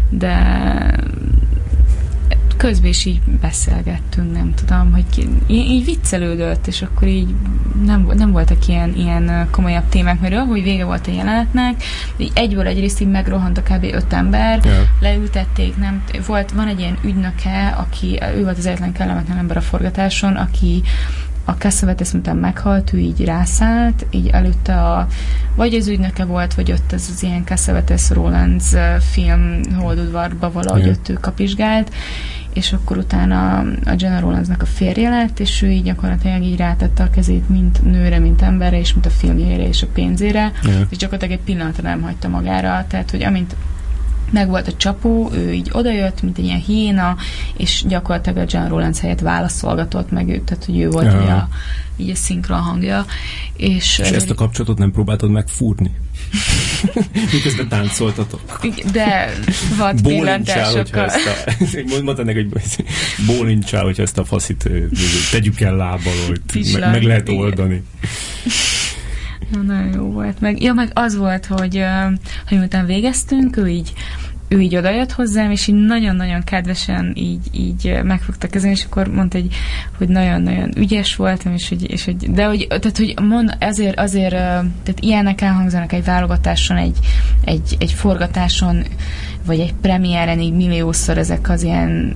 közben is így beszélgettünk, nem tudom, hogy így viccelődött, és akkor így nem voltak ilyen komolyabb témák, mert ahogy vége volt a jelenetnek, így egyből egy részig megrohant kb. 5 ember, leültették, van egy ilyen ügynöke, ő volt az egyetlen kellemetlen ember a forgatáson, a Cassavetes miután meghalt, ő így rászállt, így előtte vagy az ügynöke volt, vagy ott ez az ilyen Cassavetes Rollins film Holdudvarba valahogy ott ő kapizsgált, és akkor utána a Gena Rowlandsnak a férje lett, és ő így gyakorlatilag így rátette a kezét mind nőre, mint emberre, és mint a filmjére és a pénzére, és gyakorlatilag egy pillanatra nem hagyta magára, tehát, hogy amint meg volt a csapó, ő így odajött, mint egy ilyen hiéna, és gyakorlatilag a Gena Rowlands helyett válaszolgatott meg őt, tehát hogy ő volt így a szinkron hangja. És ezt a kapcsolatot nem próbáltad megfúrni? Miközben táncoltatok? De vad pillantásokkal. Mondta neki, hogy bólincsál, hogyha ezt a faszit tegyük el lábbal, hogy meg lehet oldani. Nagyon jó volt. Meg az volt, hogy miután végeztünk, ő így odajött hozzám, és így nagyon-nagyon kedvesen így megfogta kezem, és akkor mondta, hogy nagyon-nagyon ügyes voltam, de hogy, tehát, hogy azért tehát ilyenek elhangzanak egy válogatáson, egy forgatáson, vagy egy premiéren így milliószor ezek az ilyen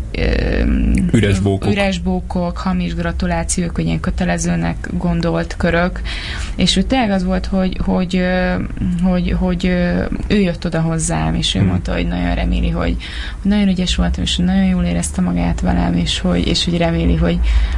üres bókok, hamis gratulációk, vagy ilyen kötelezőnek gondolt körök, és ő tényleg az volt, hogy ő jött oda hozzám, és ő mondta, hogy nagyon reméli, hogy nagyon ügyes voltam, és nagyon jól érezte magát velem, és hogy reméli, hogy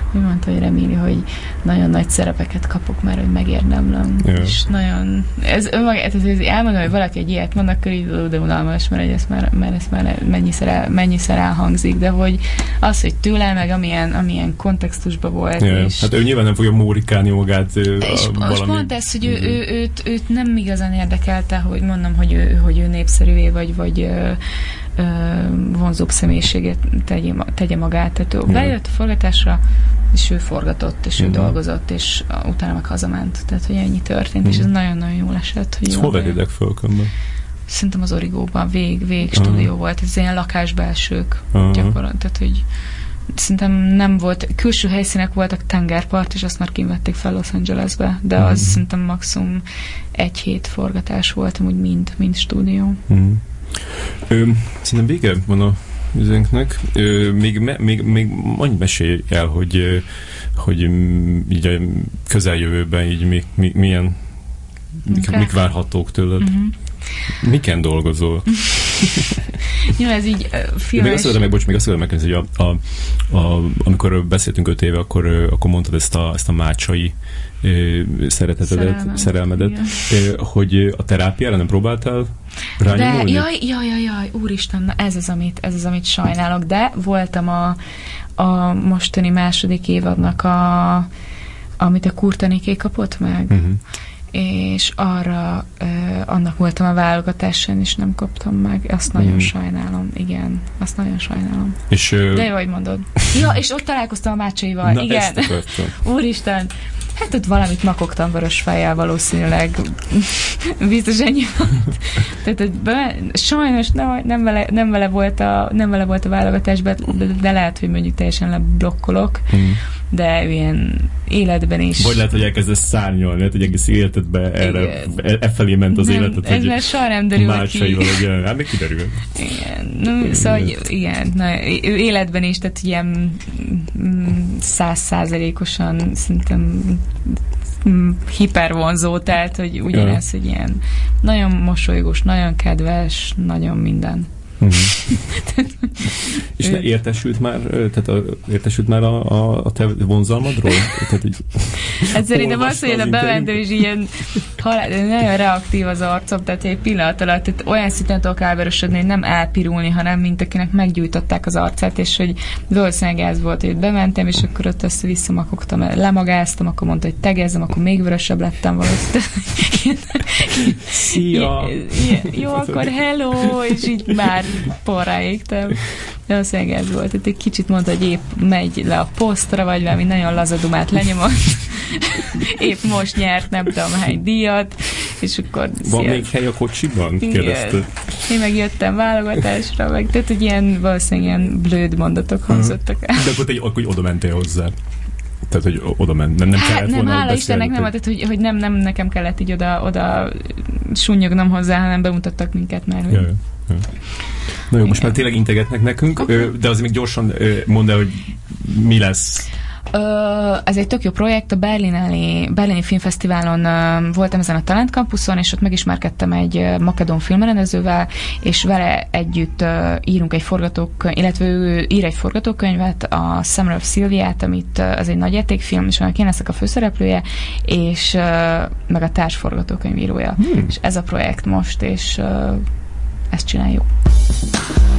nagyon nagy szerepeket kapok, mert hogy megérdemlem. És nagyon, ez elmondom, hogy valaki egy ilyet mond, akkor így de unalmas, mert ez már mennyiszer elhangzik, de hogy az, hogy tőle, meg amilyen kontextusban volt. És hát ő nyilván nem fogja mórikálni magát valami. És pont ez, hogy őt nem igazán érdekelte, hogy mondom, hogy ő népszerűvé, vagy vonzóbb személyiséget tegye magát. Tehát ő bejött a forgatásra, és ő forgatott, és ő dolgozott, és utána meg hazament. Tehát, hogy ennyi történt, és ez nagyon-nagyon jól esett. Hogy hol vettétek föl kömbben? Szerintem az Origóban vég stúdió volt, ez ilyen lakásbelsők gyakorlatilag, tehát, hogy szerintem nem volt, külső helyszínek voltak, tengerpart, és azt már kivették fel Los Angelesbe, de az szerintem maximum 1 hét forgatás volt, amúgy mind stúdió. Szerintem vége van a üzőnknek. Még annyit mesélj el, hogy így a közeljövőben így mik várhatók tőled? Miken dolgozol? Jó, ez így még azt szeretném megkérdezni, hogy amikor beszéltünk 5 éve, akkor mondtad ezt a mácsai szerelmedet, hogy a terápiára nem próbáltál rányomulni? Jaj, úristen, na ez az, amit sajnálok, de voltam a mostani második évadnak amit a Kurtaniké kapott meg, és annak voltam a válogatásán, és nem kaptam meg. Azt nagyon sajnálom. Igen, azt nagyon sajnálom. De jó, hogy mondod. Ja, és ott találkoztam a Mácsaival. Na, igen. Úristen. Hát ott valamit makogtam vörös fejjel valószínűleg. Biztos ennyi volt. Tehát sajnos nem vele volt a válogatásban, de lehet, hogy mondjuk teljesen leblokkolok. De ilyen életben is. Vagy lehet, hogy elkezdesz szárnyalni, lehet, hogy egész életedben felé ment az életed, ez már soha nem derül ki. Hát még kiderül. Igen. Szóval, igen, ő életben is, tehát ilyen 100%-osan szerintem hipervonzó, tehát, hogy ugyanez, hogy ilyen nagyon mosolygós, nagyon kedves, nagyon minden. És értesült már a te vonzalmadról? Hát szerintem az, hogy a bementő is ilyen nagyon reaktív az arcom, tehát egy pillanat alatt tehát olyan szinten tudok elvörösödni, hogy nem elpirulni, hanem mint akinek meggyújtották az arcát, és hogy valószínűleg ez volt, hogy bementem, és akkor ott visszamakogtam, lemagáztam, akkor mondta, hogy tegezzem, akkor még vörösebb lettem valószínűleg. Szia! Jó, akkor hello! És így már porrá égtem. De valószínűleg ez volt. Tehát egy kicsit mondta, hogy épp megy le a posztra, vagy valami nagyon lazadumát lenyomott. Épp most nyert nem tudom hány díjat, és akkor... Van még hely a kocsiban? Kérdezted. Én meg jöttem válogatásra, meg tehát, hogy ilyen valószínűleg ilyen blöd mondatok hangzottak el. De akkor oda mentél hozzá. Tehát, hogy oda ment, nem kellett volna. Nem, hála Istennek nem, tehát, hogy nem nekem kellett így oda sunnyognom hozzá, hanem bemutattak minket már. Hogy... Ja. Na jó, most már tényleg integetnek nekünk, de azért még gyorsan mondd el, hogy mi lesz Ez egy tök jó projekt, a Berlini Filmfesztiválon voltam ezen a Talent Campuson, és ott megismerkedtem egy makedón filmrendezővel, és vele együtt írunk egy forgatókönyvet, illetve ő ír egy forgatókönyvet, a Summer of Sylviát, amit az egy nagyjátékfilm, és annak én leszek a főszereplője, és meg a társforgatókönyvírója. És ez a projekt most, és ezt csináljuk.